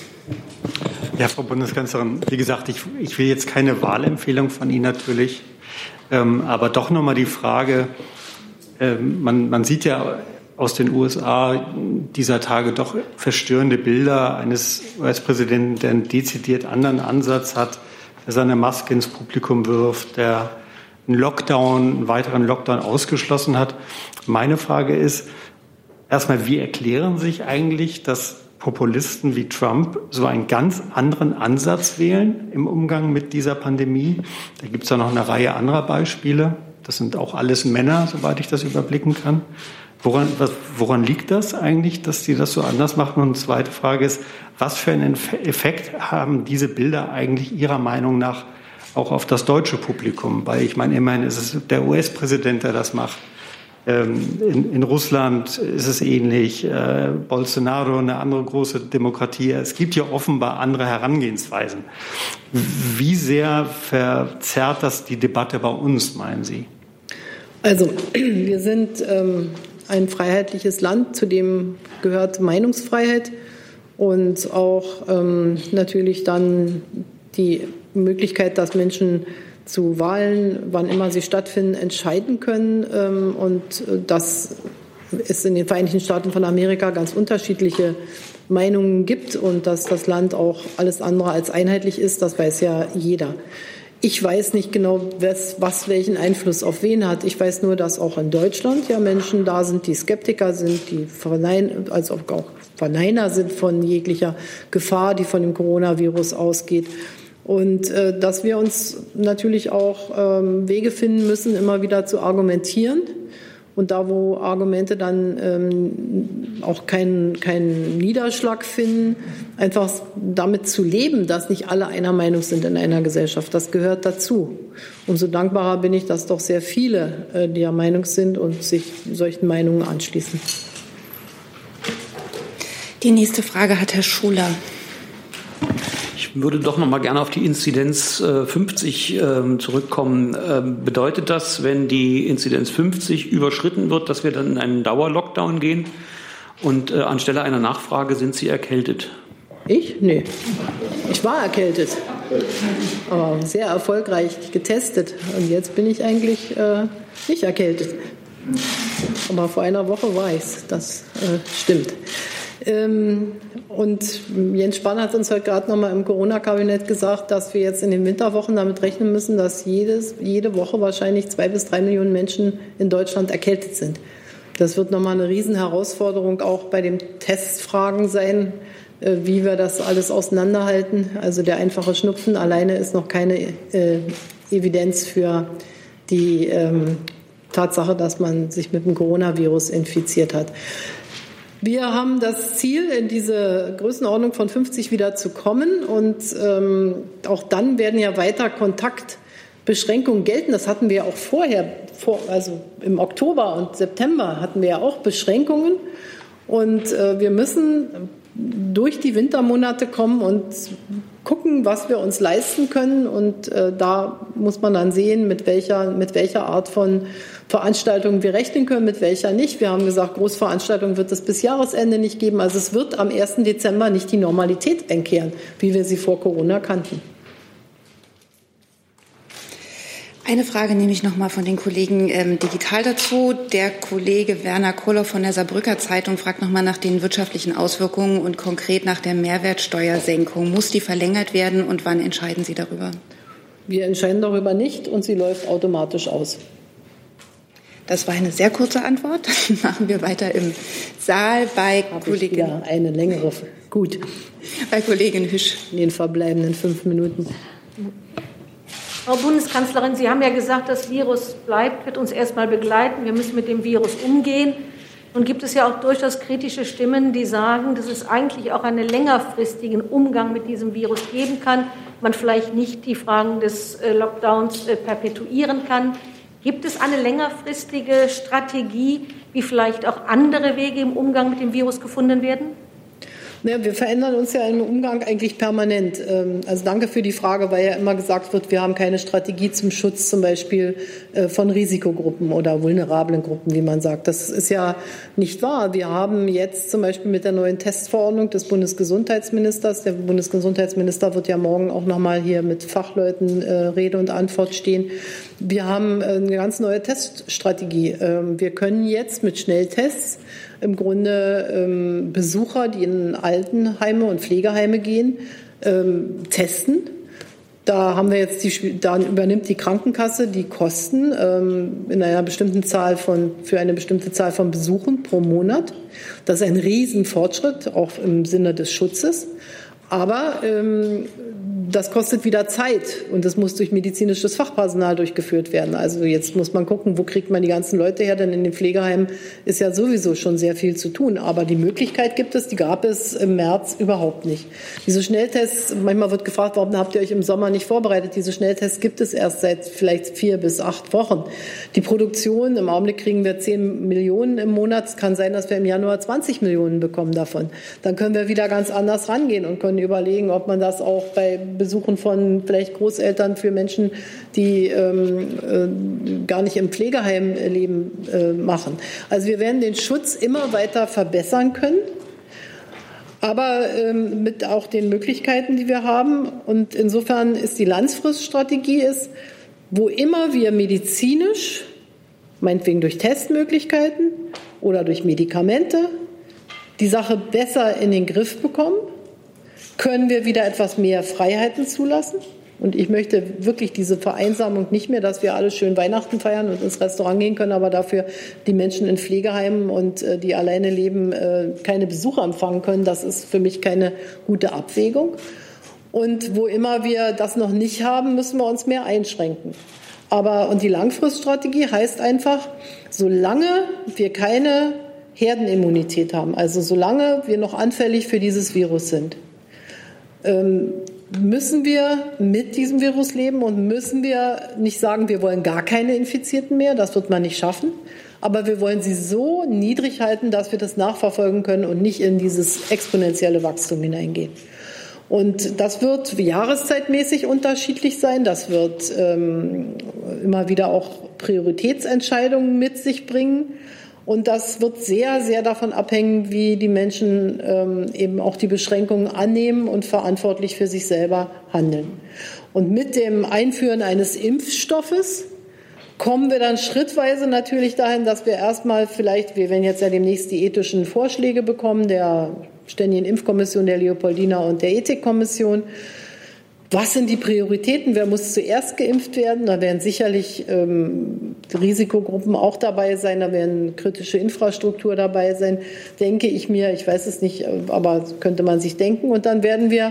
[SPEAKER 12] Ja, Frau Bundeskanzlerin, wie gesagt, ich, ich will jetzt keine Wahlempfehlung von Ihnen natürlich, ähm, aber doch nochmal die Frage, ähm, man, man sieht ja aus den U S A dieser Tage doch verstörende Bilder eines U S-Präsidenten, der einen dezidiert anderen Ansatz hat, der seine Maske ins Publikum wirft, der einen Lockdown, einen weiteren Lockdown ausgeschlossen hat. Meine Frage ist erstmal, wie erklären sich eigentlich, dass Populisten wie Trump so einen ganz anderen Ansatz wählen im Umgang mit dieser Pandemie? Da gibt es ja noch eine Reihe anderer Beispiele. Das sind auch alles Männer, soweit ich das überblicken kann. Woran, was, woran liegt das eigentlich, dass die das so anders machen? Und die zweite Frage ist, was für einen Effekt haben diese Bilder eigentlich Ihrer Meinung nach auch auf das deutsche Publikum? Weil ich meine, immerhin ist es der U S-Präsident, der das macht. Ähm, in, in Russland ist es ähnlich. Äh, Bolsonaro, eine andere große Demokratie. Es gibt ja offenbar andere Herangehensweisen. Wie sehr verzerrt das die Debatte bei uns, meinen Sie?
[SPEAKER 1] Also, wir sind ähm ein freiheitliches Land, zu dem gehört Meinungsfreiheit und auch ähm, natürlich dann die Möglichkeit, dass Menschen zu Wahlen, wann immer sie stattfinden, entscheiden können. Ähm, und dass es in den Vereinigten Staaten von Amerika ganz unterschiedliche Meinungen gibt und dass das Land auch alles andere als einheitlich ist, das weiß ja jeder. Ich weiß nicht genau, was, was welchen Einfluss auf wen hat. Ich weiß nur, dass auch in Deutschland ja Menschen da sind, die Skeptiker sind, die vernein, also auch Verneiner sind von jeglicher Gefahr, die von dem Coronavirus ausgeht. Und äh, dass wir uns natürlich auch ähm, Wege finden müssen, immer wieder zu argumentieren. Und da, wo Argumente dann ähm, auch keinen keinen Niederschlag finden, einfach damit zu leben, dass nicht alle einer Meinung sind in einer Gesellschaft, das gehört dazu. Umso dankbarer bin ich, dass doch sehr viele äh, der Meinung sind und sich solchen Meinungen anschließen.
[SPEAKER 2] Die nächste Frage hat Herr Schuler.
[SPEAKER 17] Ich würde doch noch mal gerne auf die Inzidenz äh, fünfzig äh, zurückkommen. Äh, bedeutet das, wenn die Inzidenz fünfzig überschritten wird, dass wir dann in einen Dauerlockdown gehen? Und äh, anstelle einer Nachfrage, sind Sie erkältet?
[SPEAKER 1] Ich? Nee. Ich war erkältet, aber sehr erfolgreich getestet. Und jetzt bin ich eigentlich äh, nicht erkältet. Aber vor einer Woche war ich es. Das äh, stimmt. Ähm, und Jens Spahn hat uns heute gerade noch mal im Corona-Kabinett gesagt, dass wir jetzt in den Winterwochen damit rechnen müssen, dass jedes, jede Woche wahrscheinlich zwei bis drei Millionen Menschen in Deutschland erkältet sind. Das wird noch mal eine Riesenherausforderung auch bei den Testfragen sein, wie wir das alles auseinanderhalten. Also der einfache Schnupfen alleine ist noch keine äh, Evidenz für die ähm, Tatsache, dass man sich mit dem Coronavirus infiziert hat. Wir haben das Ziel, in diese Größenordnung von fünfzig wieder zu kommen. Und ähm, auch dann werden ja weiter Kontaktbeschränkungen gelten. Das hatten wir auch vorher, vor, also im Oktober und September hatten wir ja auch Beschränkungen. Und äh, wir müssen durch die Wintermonate kommen und gucken, was wir uns leisten können. Und äh, da muss man dann sehen, mit welcher, mit welcher Art von Veranstaltungen wir rechnen können, mit welcher nicht. Wir haben gesagt, Großveranstaltungen wird es bis Jahresende nicht geben. Also es wird am ersten Dezember nicht die Normalität einkehren, wie wir sie vor Corona kannten.
[SPEAKER 2] Eine Frage nehme ich noch mal von den Kollegen ähm, digital dazu. Der Kollege Werner Kohler von der Saarbrücker Zeitung fragt noch mal nach den wirtschaftlichen Auswirkungen und konkret nach der Mehrwertsteuersenkung. Muss die verlängert werden und wann entscheiden Sie darüber?
[SPEAKER 1] Wir entscheiden darüber nicht und sie läuft automatisch aus.
[SPEAKER 2] Das war eine sehr kurze Antwort. Dann machen wir weiter im Saal bei
[SPEAKER 1] Hab
[SPEAKER 2] Kollegin.
[SPEAKER 1] Ja, eine längere. Gut.
[SPEAKER 2] Bei Kollegin Hüsch.
[SPEAKER 1] In den verbleibenden fünf Minuten.
[SPEAKER 6] Frau Bundeskanzlerin, Sie haben ja gesagt, das Virus bleibt, wird uns erstmal begleiten. Wir müssen mit dem Virus umgehen. Nun gibt es ja auch durchaus kritische Stimmen, die sagen, dass es eigentlich auch einen längerfristigen Umgang mit diesem Virus geben kann. Man vielleicht nicht die Fragen des Lockdowns perpetuieren kann. Gibt es eine längerfristige Strategie, wie vielleicht auch andere Wege im Umgang mit dem Virus gefunden werden?
[SPEAKER 1] Ja, wir verändern uns ja im Umgang eigentlich permanent. Also danke für die Frage, weil ja immer gesagt wird, wir haben keine Strategie zum Schutz zum Beispiel von Risikogruppen oder vulnerablen Gruppen, wie man sagt. Das ist ja nicht wahr. Wir haben jetzt zum Beispiel mit der neuen Testverordnung des Bundesgesundheitsministers, der Bundesgesundheitsminister wird ja morgen auch noch mal hier mit Fachleuten Rede und Antwort stehen. Wir haben eine ganz neue Teststrategie. Wir können jetzt mit Schnelltests im Grunde ähm, Besucher, die in Altenheime und Pflegeheime gehen, ähm, testen. Da haben wir jetzt die, dann übernimmt die Krankenkasse die Kosten ähm, in einer bestimmten Zahl von, für eine bestimmte Zahl von Besuchen pro Monat. Das ist ein Riesenfortschritt, auch im Sinne des Schutzes. Aber ähm, das kostet wieder Zeit und das muss durch medizinisches Fachpersonal durchgeführt werden. Also jetzt muss man gucken, wo kriegt man die ganzen Leute her, denn in den Pflegeheimen ist ja sowieso schon sehr viel zu tun. Aber die Möglichkeit gibt es, die gab es im März überhaupt nicht. Diese Schnelltests, manchmal wird gefragt, warum habt ihr euch im Sommer nicht vorbereitet? Diese Schnelltests gibt es erst seit vielleicht vier bis acht Wochen. Die Produktion, im Augenblick kriegen wir zehn Millionen im Monat. Es kann sein, dass wir im Januar zwanzig Millionen bekommen davon. Dann können wir wieder ganz anders rangehen und können überlegen, ob man das auch bei Besuchen von vielleicht Großeltern für Menschen, die ähm, äh, gar nicht im Pflegeheim leben, äh, machen. Also wir werden den Schutz immer weiter verbessern können, aber ähm, mit auch den Möglichkeiten, die wir haben. Und insofern ist die Langfriststrategie ist, wo immer wir medizinisch, meinetwegen durch Testmöglichkeiten oder durch Medikamente, die Sache besser in den Griff bekommen, können wir wieder etwas mehr Freiheiten zulassen. Und ich möchte wirklich diese Vereinsamung nicht mehr, dass wir alle schön Weihnachten feiern und ins Restaurant gehen können, aber dafür die Menschen in Pflegeheimen und äh, die alleine leben, äh, keine Besucher empfangen können. Das ist für mich keine gute Abwägung. Und wo immer wir das noch nicht haben, müssen wir uns mehr einschränken. Aber, und die Langfriststrategie heißt einfach, solange wir keine Herdenimmunität haben, also solange wir noch anfällig für dieses Virus sind, müssen wir mit diesem Virus leben und müssen wir nicht sagen, wir wollen gar keine Infizierten mehr, das wird man nicht schaffen, aber wir wollen sie so niedrig halten, dass wir das nachverfolgen können und nicht in dieses exponentielle Wachstum hineingehen. Und das wird jahreszeitmäßig unterschiedlich sein, das wird ähm, immer wieder auch Prioritätsentscheidungen mit sich bringen. Und das wird sehr, sehr davon abhängen, wie die Menschen ähm, eben auch die Beschränkungen annehmen und verantwortlich für sich selber handeln. Und mit dem Einführen eines Impfstoffes kommen wir dann schrittweise natürlich dahin, dass wir erstmal vielleicht, wir werden jetzt ja demnächst die ethischen Vorschläge bekommen, der Ständigen Impfkommission, der Leopoldina und der Ethikkommission, was sind die Prioritäten? Wer muss zuerst geimpft werden? Da werden sicherlich ähm, Risikogruppen auch dabei sein. Da werden kritische Infrastruktur dabei sein, denke ich mir. Ich weiß es nicht, aber könnte man sich denken. Und dann werden wir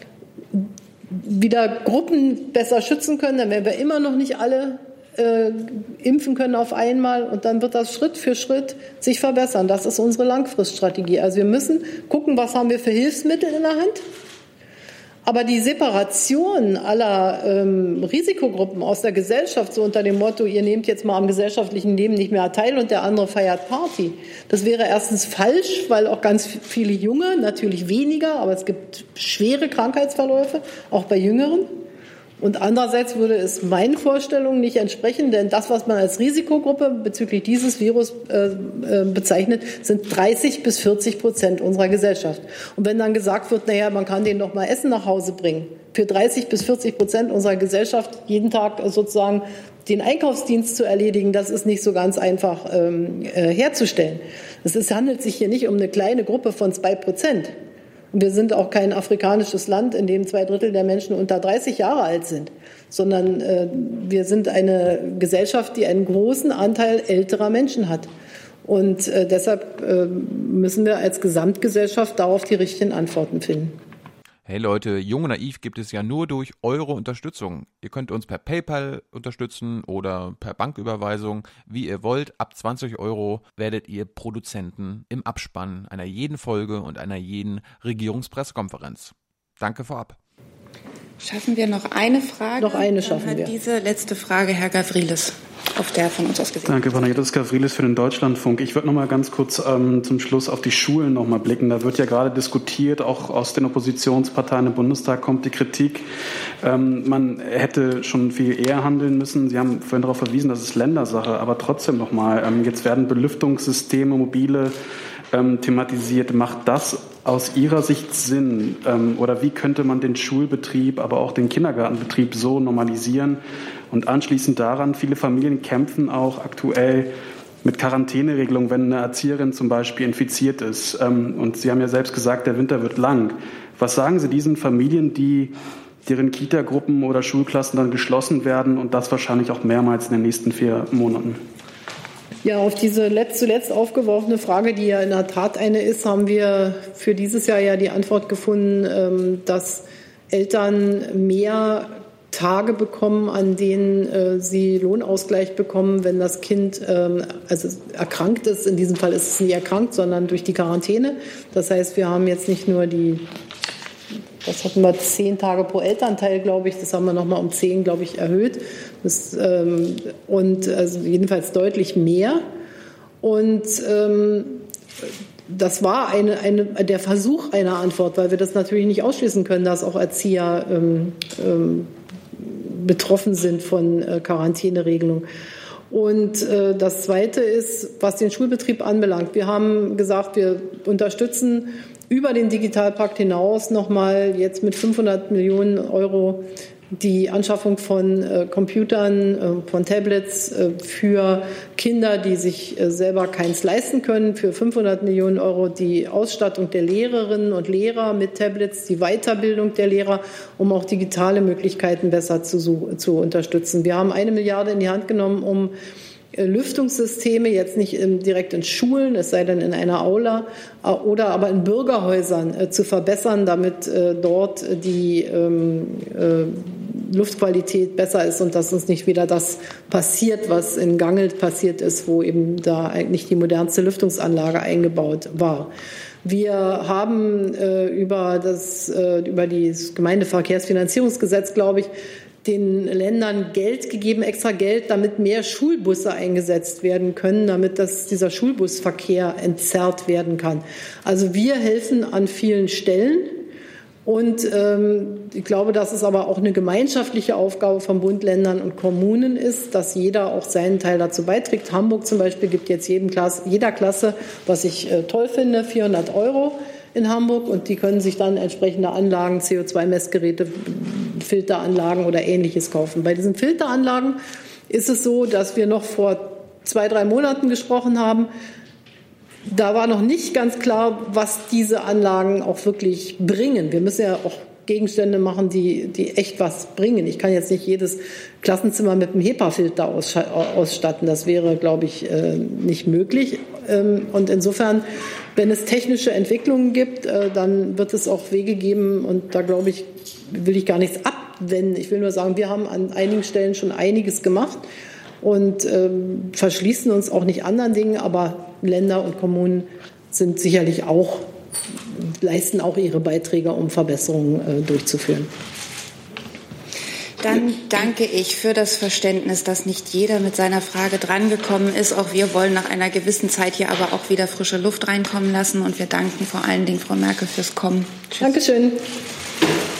[SPEAKER 1] wieder Gruppen besser schützen können. Dann werden wir immer noch nicht alle äh, impfen können auf einmal. Und dann wird das Schritt für Schritt sich verbessern. Das ist unsere Langfriststrategie. Also wir müssen gucken, was haben wir für Hilfsmittel in der Hand. Aber die Separation aller ähm, Risikogruppen aus der Gesellschaft, so unter dem Motto, ihr nehmt jetzt mal am gesellschaftlichen Leben nicht mehr teil und der andere feiert Party, das wäre erstens falsch, weil auch ganz viele Junge, natürlich weniger, aber es gibt schwere Krankheitsverläufe, auch bei Jüngeren. Und andererseits würde es meinen Vorstellungen nicht entsprechen, denn das, was man als Risikogruppe bezüglich dieses Virus äh, äh, bezeichnet, sind dreißig bis vierzig Prozent unserer Gesellschaft. Und wenn dann gesagt wird, naja, man kann denen doch mal Essen nach Hause bringen, für dreißig bis vierzig Prozent unserer Gesellschaft jeden Tag sozusagen den Einkaufsdienst zu erledigen, das ist nicht so ganz einfach ähm, äh, herzustellen. Es ist, handelt sich hier nicht um eine kleine Gruppe von zwei Prozent. Wir sind auch kein afrikanisches Land, in dem zwei Drittel der Menschen unter dreißig Jahre alt sind, sondern äh, wir sind eine Gesellschaft, die einen großen Anteil älterer Menschen hat. Und äh, deshalb äh, müssen wir als Gesamtgesellschaft darauf die richtigen Antworten finden.
[SPEAKER 18] Hey Leute, Jung und Naiv gibt es ja nur durch eure Unterstützung. Ihr könnt uns per PayPal unterstützen oder per Banküberweisung, wie ihr wollt. Ab zwanzig Euro werdet ihr Produzenten im Abspann einer jeden Folge und einer jeden Regierungspressekonferenz. Danke vorab.
[SPEAKER 2] Schaffen wir noch eine Frage?
[SPEAKER 1] Noch eine
[SPEAKER 2] Dann
[SPEAKER 1] schaffen
[SPEAKER 2] hat
[SPEAKER 1] wir.
[SPEAKER 2] Diese letzte Frage Herr Gavrilis, auf der von uns aus gesehen.
[SPEAKER 19] Danke, Panagiotis Gavrilis für den Deutschlandfunk. Ich würde noch mal ganz kurz ähm, zum Schluss auf die Schulen noch mal blicken. Da wird ja gerade diskutiert, auch aus den Oppositionsparteien im Bundestag kommt die Kritik. Ähm, man hätte schon viel eher handeln müssen. Sie haben vorhin darauf verwiesen, das ist Ländersache. Aber trotzdem noch mal, ähm, jetzt werden Belüftungssysteme, mobile ähm, thematisiert. Macht das aus Ihrer Sicht Sinn? Ähm, oder wie könnte man den Schulbetrieb, aber auch den Kindergartenbetrieb so normalisieren? Und anschließend daran, viele Familien kämpfen auch aktuell mit Quarantäneregelungen, wenn eine Erzieherin zum Beispiel infiziert ist. Ähm, und Sie haben ja selbst gesagt, der Winter wird lang. Was sagen Sie diesen Familien, die deren Kita-Gruppen oder Schulklassen dann geschlossen werden und das wahrscheinlich auch mehrmals in den nächsten vier Monaten?
[SPEAKER 1] Ja, auf diese letzt, zuletzt aufgeworfene Frage, die ja in der Tat eine ist, haben wir für dieses Jahr ja die Antwort gefunden, dass Eltern mehr Tage bekommen, an denen äh, sie Lohnausgleich bekommen, wenn das Kind ähm, also erkrankt ist. In diesem Fall ist es nicht erkrankt, sondern durch die Quarantäne. Das heißt, wir haben jetzt nicht nur die, das hatten wir zehn Tage pro Elternteil, glaube ich, das haben wir nochmal um zehn, glaube ich, erhöht. Das, ähm, und also jedenfalls deutlich mehr. Und ähm, das war eine, eine, der Versuch einer Antwort, weil wir das natürlich nicht ausschließen können, dass auch Erzieher ähm, ähm, betroffen sind von äh, Quarantäneregelungen. Und äh, das Zweite ist, was den Schulbetrieb anbelangt. Wir haben gesagt, wir unterstützen über den Digitalpakt hinaus nochmal jetzt mit fünfhundert Millionen Euro die Anschaffung von äh, Computern, äh, von Tablets äh, für Kinder, die sich äh, selber keins leisten können, für fünfhundert Millionen Euro die Ausstattung der Lehrerinnen und Lehrer mit Tablets, die Weiterbildung der Lehrer, um auch digitale Möglichkeiten besser zu, zu unterstützen. Wir haben eine Milliarde in die Hand genommen, um Lüftungssysteme, jetzt nicht direkt in Schulen, es sei denn in einer Aula, oder aber in Bürgerhäusern äh, zu verbessern, damit äh, dort die ähm, äh, Luftqualität besser ist und dass uns nicht wieder das passiert, was in Gangelt passiert ist, wo eben da eigentlich die modernste Lüftungsanlage eingebaut war. Wir haben äh, über das, äh, über das Gemeindeverkehrsfinanzierungsgesetz, glaube ich, den Ländern Geld gegeben, extra Geld, damit mehr Schulbusse eingesetzt werden können, damit das, dieser Schulbusverkehr entzerrt werden kann. Also wir helfen an vielen Stellen. Und ähm, ich glaube, dass es aber auch eine gemeinschaftliche Aufgabe von Bund, Ländern und Kommunen ist, dass jeder auch seinen Teil dazu beiträgt. Hamburg zum Beispiel gibt jetzt jedem Klasse, jeder Klasse, was ich äh, toll finde, vierhundert Euro in Hamburg, und die können sich dann entsprechende Anlagen, C O zwei Messgeräte, Filteranlagen oder Ähnliches kaufen. Bei diesen Filteranlagen ist es so, dass wir noch vor zwei, drei Monaten gesprochen haben. Da war noch nicht ganz klar, was diese Anlagen auch wirklich bringen. Wir müssen ja auch Gegenstände machen, die, die echt was bringen. Ich kann jetzt nicht jedes Klassenzimmer mit einem HEPA-Filter ausstatten. Das wäre, glaube ich, nicht möglich. Und insofern, wenn es technische Entwicklungen gibt, dann wird es auch Wege geben. Und da, glaube ich, will ich gar nichts abwenden. Ich will nur sagen, wir haben an einigen Stellen schon einiges gemacht und ähm, verschließen uns auch nicht anderen Dingen. Aber Länder und Kommunen sind sicherlich auch, leisten auch ihre Beiträge, um Verbesserungen äh, durchzuführen.
[SPEAKER 2] Dann danke ich für das Verständnis, dass nicht jeder mit seiner Frage drangekommen ist. Auch wir wollen nach einer gewissen Zeit hier aber auch wieder frische Luft reinkommen lassen. Und wir danken vor allen Dingen Frau Merkel fürs Kommen. Tschüss.
[SPEAKER 1] Dankeschön.